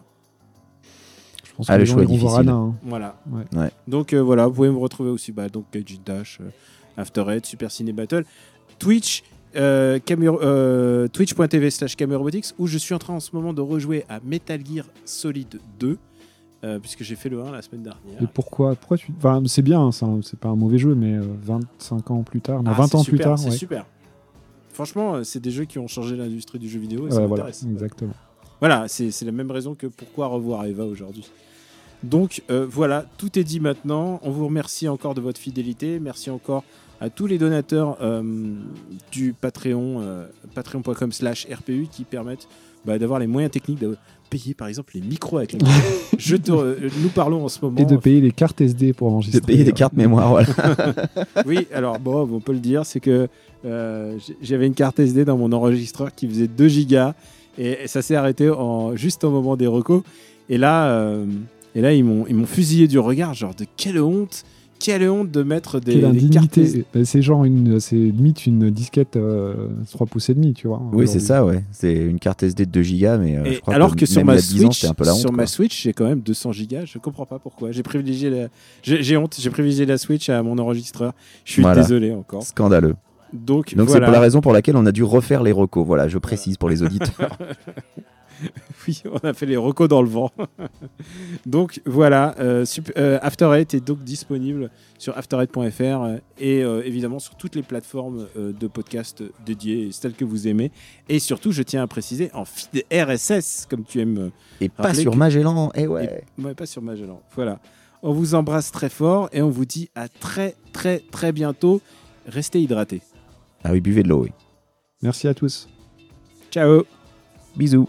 Je pense Ah, que le les gens choix est iront voir difficile. Anna. hein. Voilà. Ouais. Ouais. Donc euh, voilà, vous pouvez me retrouver aussi bah, donc Gaijin Dash, euh, After Eight, Super Ciné Battle, Twitch, euh, Camur- euh, twitch.tv slash Camille Robotics, où je suis en train en ce moment de rejouer à Metal Gear Solid deux, euh, puisque j'ai fait le un la semaine dernière. Et pourquoi, pourquoi tu... enfin, c'est bien, hein, c'est un- c'est pas un mauvais jeu, mais euh, vingt-cinq ans plus tard, non, Ah, vingt c'est ans plus super, tard, c'est ouais. super. Franchement, euh, c'est des jeux qui ont changé l'industrie du jeu vidéo et Ouais, ça voilà, m'intéresse. exactement. Voilà, c'est c'est la même raison que pourquoi revoir Eva aujourd'hui. Donc euh, voilà, tout est dit maintenant. On vous remercie encore de votre fidélité. Merci encore à tous les donateurs euh, du Patreon, euh, patreon.com slash RPU qui permettent bah, d'avoir les moyens techniques de payer par exemple les micros avec lesquels je te, euh, nous parlons en ce moment. Et de payer les cartes S D pour enregistrer. De payer des cartes mémoire, voilà. Oui, alors bon, on peut le dire, c'est que euh, j- j'avais une carte S D dans mon enregistreur qui faisait deux gigas et, et ça s'est arrêté en, juste au moment des recos. Et là, euh, et là ils m'ont ils m'ont fusillé du regard, genre de quelle honte, quelle honte de mettre des, Quelle des cartes S D. indignité. Ben, c'est genre une, c'est limite une disquette euh, trois pouces et demi, tu vois. Oui, c'est aujourd'hui. ça, ouais. C'est une carte S D de deux gigas, mais euh, Et je crois alors que, que, sur même ma il y a dix ans, Switch, c'était un peu la honte. sur quoi. ma Switch, j'ai quand même deux cents gigas. Je comprends pas pourquoi. J'ai privilégié la, j'ai j'ai honte. J'ai privilégié la Switch à mon enregistreur. Je suis Voilà. désolé encore. Scandaleux. Donc, Donc c'est voilà. pour la raison pour laquelle on a dû refaire les recos. Voilà, je précise pour les auditeurs. Oui, on a fait les recos dans le vent. Donc voilà, euh, sup- euh, After Eight est donc disponible sur after eight point f r euh, et euh, évidemment sur toutes les plateformes euh, de podcast dédiées, celles que vous aimez. Et surtout, je tiens à préciser, en feed R S S, comme tu aimes. euh, Et pas Rappelez sur que- Magellan, eh ouais. et- ouais, pas sur Magellan. Voilà. On vous embrasse très fort et on vous dit à très très très bientôt. Restez hydratés. Ah oui, buvez de l'eau, oui. Merci à tous. Ciao. Bisous.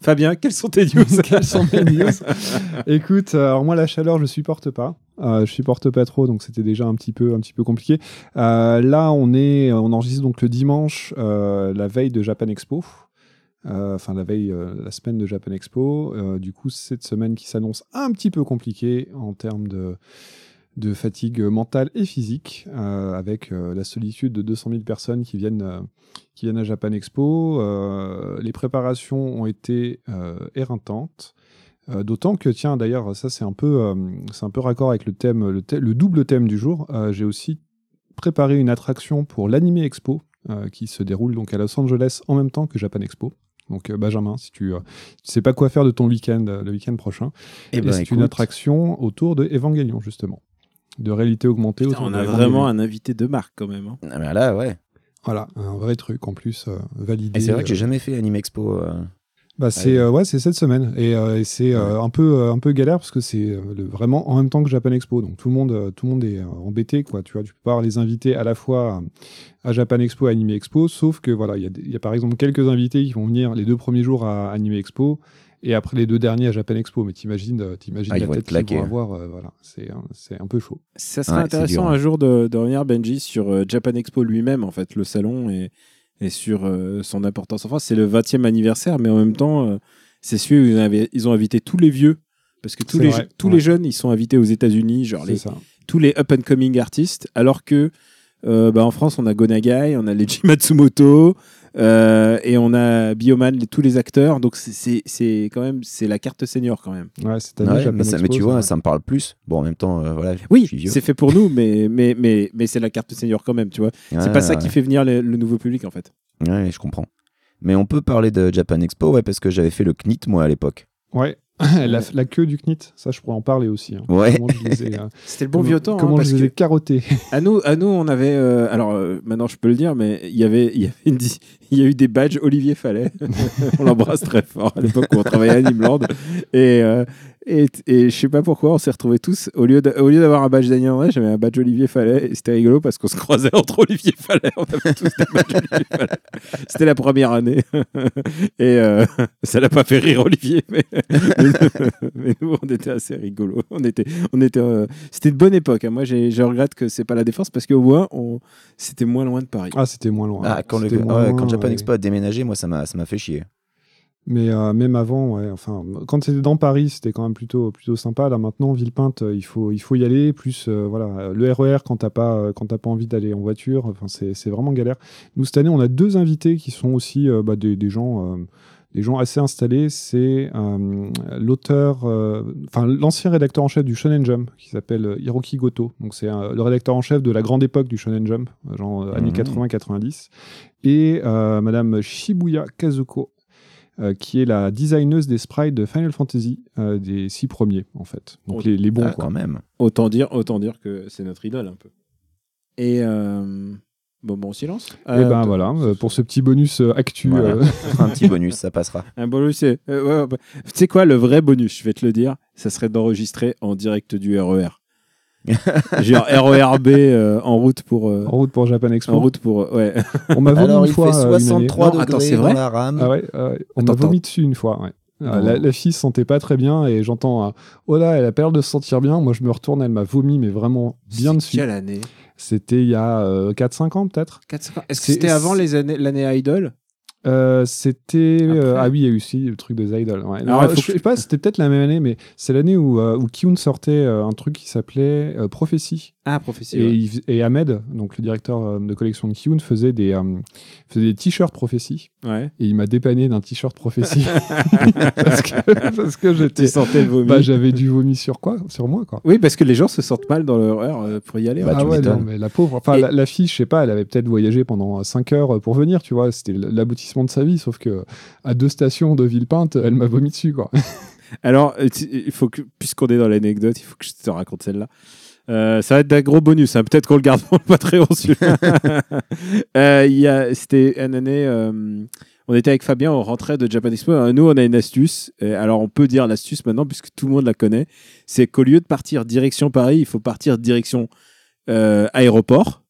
Fabien, quelles sont tes news? Quelles sont mes news? Écoute, euh, alors moi la chaleur je supporte pas, euh, je supporte pas trop, donc c'était déjà un petit peu un petit peu compliqué. Euh, là on est, on enregistre donc le dimanche, euh, la veille de Japan Expo, enfin euh, la veille, euh, la semaine de Japan Expo. Euh, du coup cette semaine qui s'annonce un petit peu compliquée en termes de de fatigue mentale et physique, euh, avec euh, la solitude de deux cent mille personnes qui viennent, euh, qui viennent à Japan Expo. Euh, les préparations ont été euh, éreintantes, euh, d'autant que, tiens, d'ailleurs, ça c'est un peu, euh, c'est un peu raccord avec le thème, le, thème, le double thème du jour. Euh, j'ai aussi préparé une attraction pour l'Anime Expo, euh, qui se déroule donc à Los Angeles en même temps que Japan Expo. Donc euh, Benjamin, si tu ne euh, sais pas quoi faire de ton week-end, euh, le week-end prochain, Eh et ben, c'est écoute. une attraction autour de Evangelion, justement. De réalité augmentée. Putain, autour on de a Evangelion. vraiment un invité de marque quand même. Hein. Ah, ben là, ouais. Voilà, un vrai truc en plus euh, validé. Et c'est vrai que j'ai euh, jamais fait Anime Expo. euh. Bah c'est euh, ouais, c'est cette semaine et, euh, et c'est euh, un peu euh, un peu galère parce que c'est euh, le- vraiment en même temps que Japan Expo, donc tout le monde euh, tout le monde est euh, embêté quoi. Tu vois, tu peux pas avoir les invités à la fois à, à Japan Expo et Anime Expo, sauf que voilà, il y a des- il y a par exemple quelques invités qui vont venir les deux premiers jours à Anime Expo et après les deux derniers à Japan Expo. Mais t'imagines euh, t'imagines Ah, ils la vont tête être qu'ils vont claqués. avoir, euh, voilà, c'est un- c'est un peu chaud. Ça serait Ouais, c'est intéressant dur, hein. un jour de, de revenir, Benji, sur euh, Japan Expo lui-même, en fait, le salon, et, et sur euh, son importance. Enfin, c'est le vingtième anniversaire, mais en même temps, euh, c'est celui où ils, avaient- ils ont invité tous les vieux, parce que tous, C'est les, vrai, tous ouais. les jeunes, ils sont invités aux États-Unis, genre C'est les, ça. tous les up-and-coming artistes, alors que euh, bah, en France, on a Gonagai, on a Leiji Matsumoto, euh, et on a Bioman, les- tous les acteurs, donc c'est- c'est c'est quand même c'est la carte senior quand même. Ouais, cette année Ouais, Japan mais, ça, mais Expo, tu c'est vois, vrai. ça me parle plus. Bon, en même temps, euh, voilà, je Oui, suis vieux. c'est fait pour nous, mais, mais, mais, mais c'est la carte senior quand même, tu vois. C'est Ouais, pas ça ouais. qui fait venir le, le nouveau public, en fait. Ouais, je comprends. Mais on peut parler de Japan Expo, ouais, parce que j'avais fait le C N I T, moi, à l'époque. Ouais. la, la queue du C N I T, ça je pourrais en parler aussi. Hein. Ouais. Comment je les ai, euh, C'était le bon comment- vieux temps. hein, Comment parce je les ai que carottés. à, nous, à nous, on avait. euh, alors, euh, maintenant, je peux le dire, mais il y avait, il y avait une di- il y a eu des badges Olivier Fallet. On l'embrasse très fort à l'époque où on travaillait à Animeland. Et, euh, et, et je sais pas pourquoi, on s'est retrouvés tous. Au lieu, de- au lieu d'avoir un badge Daniel André, j'avais un badge Olivier Fallet. Et c'était rigolo parce qu'on se croisait entre Olivier Fallet. On avait tous des badges Olivier Fallet. C'était la première année. Et euh, ça l'a pas fait rire Olivier. Mais, mais nous, on était assez rigolos. On était, on était, euh, c'était une bonne époque. hein. Moi, j'ai, je regrette que c'est pas la Défense parce qu'au moins, on, c'était moins loin de Paris. Ah, c'était moins loin. Ah, quand, le, C'était moins ouais, loin, quand Japan ouais. Expo a déménagé, moi, ça m'a ça m'a fait chier. Mais euh, même avant, ouais, enfin, quand c'était dans Paris, c'était quand même plutôt, plutôt sympa. Là, maintenant, Villepinte, euh, il faut, il faut y aller. Plus, euh, voilà, le R E R quand t'as pas, euh, quand t'as pas envie d'aller en voiture. Enfin, c'est, c'est vraiment galère. Nous, cette année, on a deux invités qui sont aussi euh, bah, des, des gens, euh, des gens assez installés. C'est euh, l'auteur, euh, enfin, l'ancien rédacteur en chef du Shonen Jump, qui s'appelle Hiroki Goto. Donc, c'est euh, le rédacteur en chef de la grande époque du Shonen Jump, genre euh, années Mhm. quatre-vingts quatre-vingt-dix, et euh, Madame Shibuya Kazuko. Euh, qui est la designeuse des sprites de Final Fantasy, euh, des six premiers, en fait. Donc Oh, les, les bons, Ah, quoi. quand même. Autant dire, autant dire que c'est notre idole un peu. Et euh, bon, bon silence. Et Euh, ben voilà, euh, pour ce petit bonus euh, actu. Voilà. euh, Un petit bonus, ça passera. Un bonus, c'est. euh, ouais, ouais, bah, tu sais quoi, le vrai bonus, je vais te le dire, ça serait d'enregistrer en direct du R E R. Genre R E R B euh, en route pour. euh, en route pour Japan Expo. en route pour. euh, ouais. On m'a vomi Alors, une il fois. fait euh, une année. soixante-trois Non, degrés attends, c'est dans vrai la rame. Ah ouais, ah ouais. On Attends, m'a vomi dessus une fois. Ouais. Euh, Non. la, la fille se sentait pas très bien et j'entends euh, oh là, elle a pas l'air de se sentir bien. Moi, je me retourne, elle m'a vomi, mais vraiment bien C'est dessus. Quelle année C'était il y a euh, quatre cinq ans, peut-être. quatre, cinq ans. Est-ce que C'est- c'était avant les années, l'année Idol Euh, c'était euh, Après. ah oui, il y a eu aussi le truc de Zidol. Ouais. Alors, Non, il faut je sais pas, c'était peut-être la même année, mais c'est l'année où euh, où Kyun sortait euh, un truc qui s'appelait euh, Prophétie. Ah, prophétie. Et, ouais. il fais- et Ahmed, donc le directeur euh, de collection de Kyun, faisait des euh, faisait des t-shirts Prophétie. Ouais. Et il m'a dépanné d'un t-shirt Prophétie parce que parce que Tu j'étais sentais le vomi. bah, j'avais du vomi sur quoi, sur moi quoi. Oui, parce que les gens se sentent mal dans le R E R euh, pour y aller. Bah, ah tu ouais, m'étonnes. non, mais la pauvre. Enfin, Et- la, la fille, je sais pas, elle avait peut-être voyagé pendant cinq heures pour venir, tu vois. C'était l'aboutissement de sa vie, sauf que à deux stations de Villepinte, elle m'a vomi dessus, quoi. Alors, euh, tu- il faut que, puisqu'on est dans l'anecdote, il faut que je te raconte celle-là. Euh, ça va être d'un gros bonus. hein. Peut-être qu'on le garde pour le Patreon, celui-là. Euh, il y a- C'était une année. euh, on était avec Fabien, on rentrait de Japan Expo. Euh, Nous, on a une astuce. Et alors, on peut dire l'astuce maintenant, puisque tout le monde la connaît. C'est qu'au lieu de partir direction Paris, il faut partir direction euh, aéroport.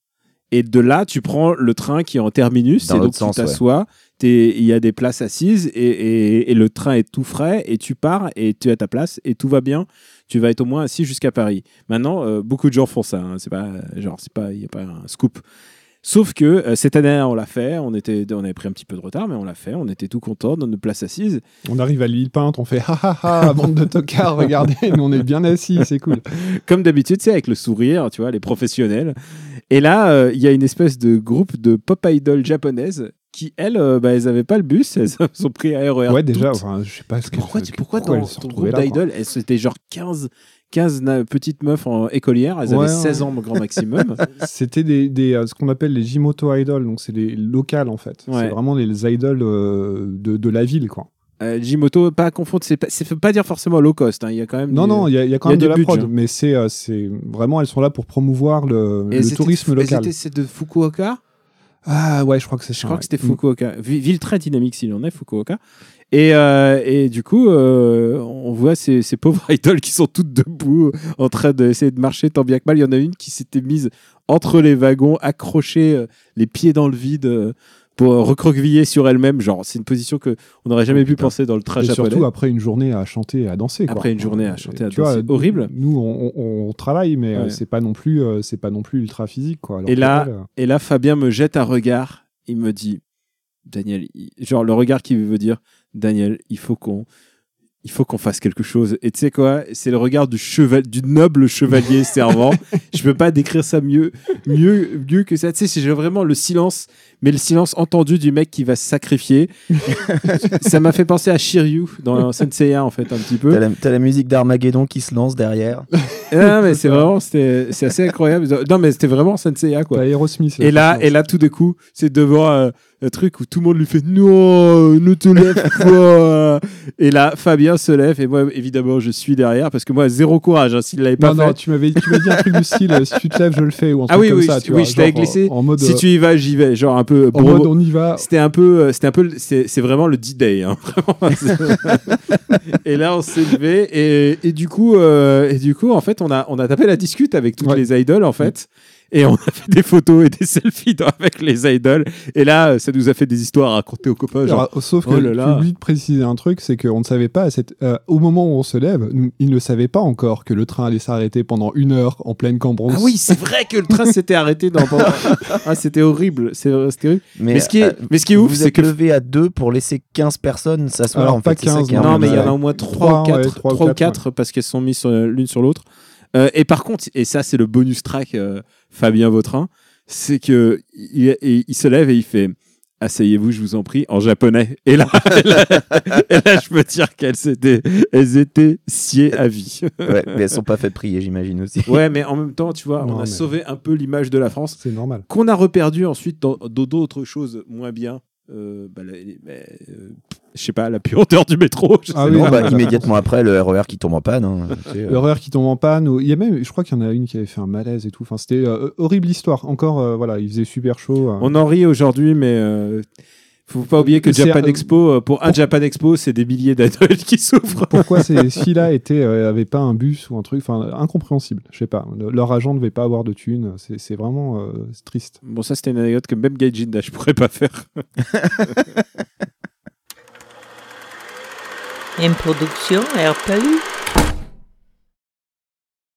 Et de là, tu prends le train qui est en terminus, Dans et donc l'autre tu sens, t'assois, t'es- il y a des places assises, et, et- et le train est tout frais, et tu pars, et tu es à ta place, et tout va bien. Tu vas être au moins assis jusqu'à Paris. Maintenant, euh, beaucoup de gens font ça. Hein. C'est pas, genre, c'est pas, il n'y a pas un scoop. Sauf que euh, cette année, on l'a fait. On, était, on avait pris un petit peu de retard, mais on l'a fait. On était tout contents dans nos places assises. On arrive à Villepinte, on fait ha ha ha, bande de tocards, regardez, nous on est bien assis, c'est cool. Comme d'habitude, c'est avec le sourire, tu vois, les professionnels. Et là, euh, il y a une espèce de groupe de pop idol japonaises qui, elles, euh, bah, elles n'avaient pas le bus. Elles ont pris R E R. Ouais, déjà, toutes. enfin, je sais pas ce que Pourquoi, tu, pourquoi, pourquoi dans elles se ton retrouvaient groupe là, quoi. d'idoles, elles c'était genre quinze, quinze na- petites meufs en écolières. Elles avaient Ouais, seize ouais. ans, au grand maximum. C'était des, des, euh, ce qu'on appelle les Jimoto idols, donc c'est les locales en fait. Ouais. C'est vraiment les idols euh, de, de la ville, quoi. Euh, Jimoto, pas à confondre, c'est pas, c'est pas dire forcément low cost. hein. Il y a quand même. Non, des- non, il y, a- il y a quand il y a même de du la budget, prod, hein. mais c'est euh, c'est vraiment, elles sont là pour promouvoir le, Et le c'était- tourisme elles local. étaient- C'est de Fukuoka. Ah ouais, je crois que c'est ça. Je crois ouais. que c'était Fukuoka. Vi- Ville très dynamique s'il en est, Fukuoka. Et, euh, et du coup, euh, on voit ces, ces pauvres idoles qui sont toutes debout, en train d'essayer de marcher tant bien que mal. Il y en a une qui s'était mise entre les wagons, accrochée euh, les pieds dans le vide euh, pour euh, recroqueviller sur elle-même. Genre, c'est une position qu'on n'aurait jamais Oh, pu putain. penser dans le train Et japonais. surtout après une journée à chanter et à danser. Quoi. Après une journée à Euh, chanter, à tu vois, danser. Horrible. Nous, on, on- on travaille, mais euh, Ouais. c'est pas non plus, euh, c'est pas non plus ultra physique, quoi. Alors Et que là- elles, euh, Et là, Fabien me jette un regard. Il me dit, Daniel, il- genre le regard qui veut dire, Daniel, il faut qu'on, il faut qu'on fasse quelque chose. Et tu sais quoi, c'est le regard du cheval, du noble chevalier servant. Je peux pas décrire ça mieux, mieux, mieux que ça. Tu sais, c'est vraiment le silence, mais le silence entendu du mec qui va se sacrifier. Ça m'a fait penser à Shiryu dans Senseiya en fait un petit peu. T'as la, t'as la musique d'Armageddon qui se lance derrière. Ah, mais c'est vraiment, c'était, c'est assez incroyable. Non, mais c'était vraiment Senseiya quoi. t'as Aerosmith. Et là, et là, tout d'un coup, c'est devant euh, un truc où tout le monde lui fait non, ne te lève pas. Et là, Fabien se lève et moi, évidemment, je suis derrière parce que moi, zéro courage. Hein, s'il l'avait pas Non, fait. non, tu m'avais, tu m'as dit un truc du style, euh, si tu te lèves, je le fais, ou un Ah truc oui, comme oui, ça, je- tu oui, vois, je t'avais genre, glissé. En, en mode, Si euh, tu y vas, j'y vais. Genre un peu. en bro- mode, on y va. C'était un peu, euh, c'était un peu, le- c'est, c'est vraiment le D-Day. Hein, vraiment. Et là, on s'est levé et, et du coup, euh, et du coup, en fait, on a, on a tapé la discute avec toutes Ouais. les idoles, en fait. Et on a fait des photos et des selfies dans- avec les idoles. Et là, ça nous a fait des histoires à raconter aux copains. Genre, Alors, sauf que oh là tu là. oublies de préciser un truc, c'est qu'on ne savait pas, à cette- euh, au moment où on se lève, nous- ils ne savaient pas encore que le train allait s'arrêter pendant une heure en pleine Cambronse. ah oui, c'est vrai que le train s'était arrêté dans. Ah, c'était horrible. C'est, c'était horrible. Mais ce qui est- euh, mais ce qui est ouf, vous c'est êtes que- levé à deux pour laisser quinze personnes s'asseoir. Alors, en pas fait, c'est ça quinze, qui est non, un Non, peu mais il y en a bizarre. au moins Trois, trois ou quatre, ouais, trois ou trois ou quatre, quatre parce qu'elles sont mises sur- l'une sur l'autre. Euh, et par contre, et ça c'est le bonus track euh, Fabien Vautrin, c'est que il, il- il se lève et il fait asseyez-vous, je vous en prie, en japonais. Et là, et là, et là, je peux dire qu'elles étaient, elles étaient sciées à vie. Ouais, mais elles sont pas faites prier, j'imagine aussi. Ouais, mais en même temps, tu vois, Non, on a mais- sauvé un peu l'image de la France C'est normal. qu'on a reperdu ensuite dans dans d'autres choses moins bien. Euh, bah, la- bah, euh, je sais pas, la puanteur du métro. je Ah sais oui, Non, pas. bah, la immédiatement après, le R E R qui tombe en panne. hein, tu sais, euh. L'horreur qui tombe en panne. ou- Il y a même, je crois qu'il y en a une qui avait fait un malaise et tout. Enfin, c'était euh, horrible histoire. Encore, euh, voilà, il faisait super chaud. euh. On en rit aujourd'hui, mais euh, faut pas oublier que C'est- Japan euh, Expo, euh, pour un pour- Japan Expo, c'est des milliers d'adultes qui souffrent. Pourquoi ces filles-là étaient, euh, avaient pas un bus ou un truc, enfin, incompréhensible. Je sais pas. Le- leur agent ne devait pas avoir de thunes. C'est, c'est vraiment euh, c'est triste. Bon, ça, c'était une anecdote que même Gaijin Dash pourrait pas faire. Une production R P U.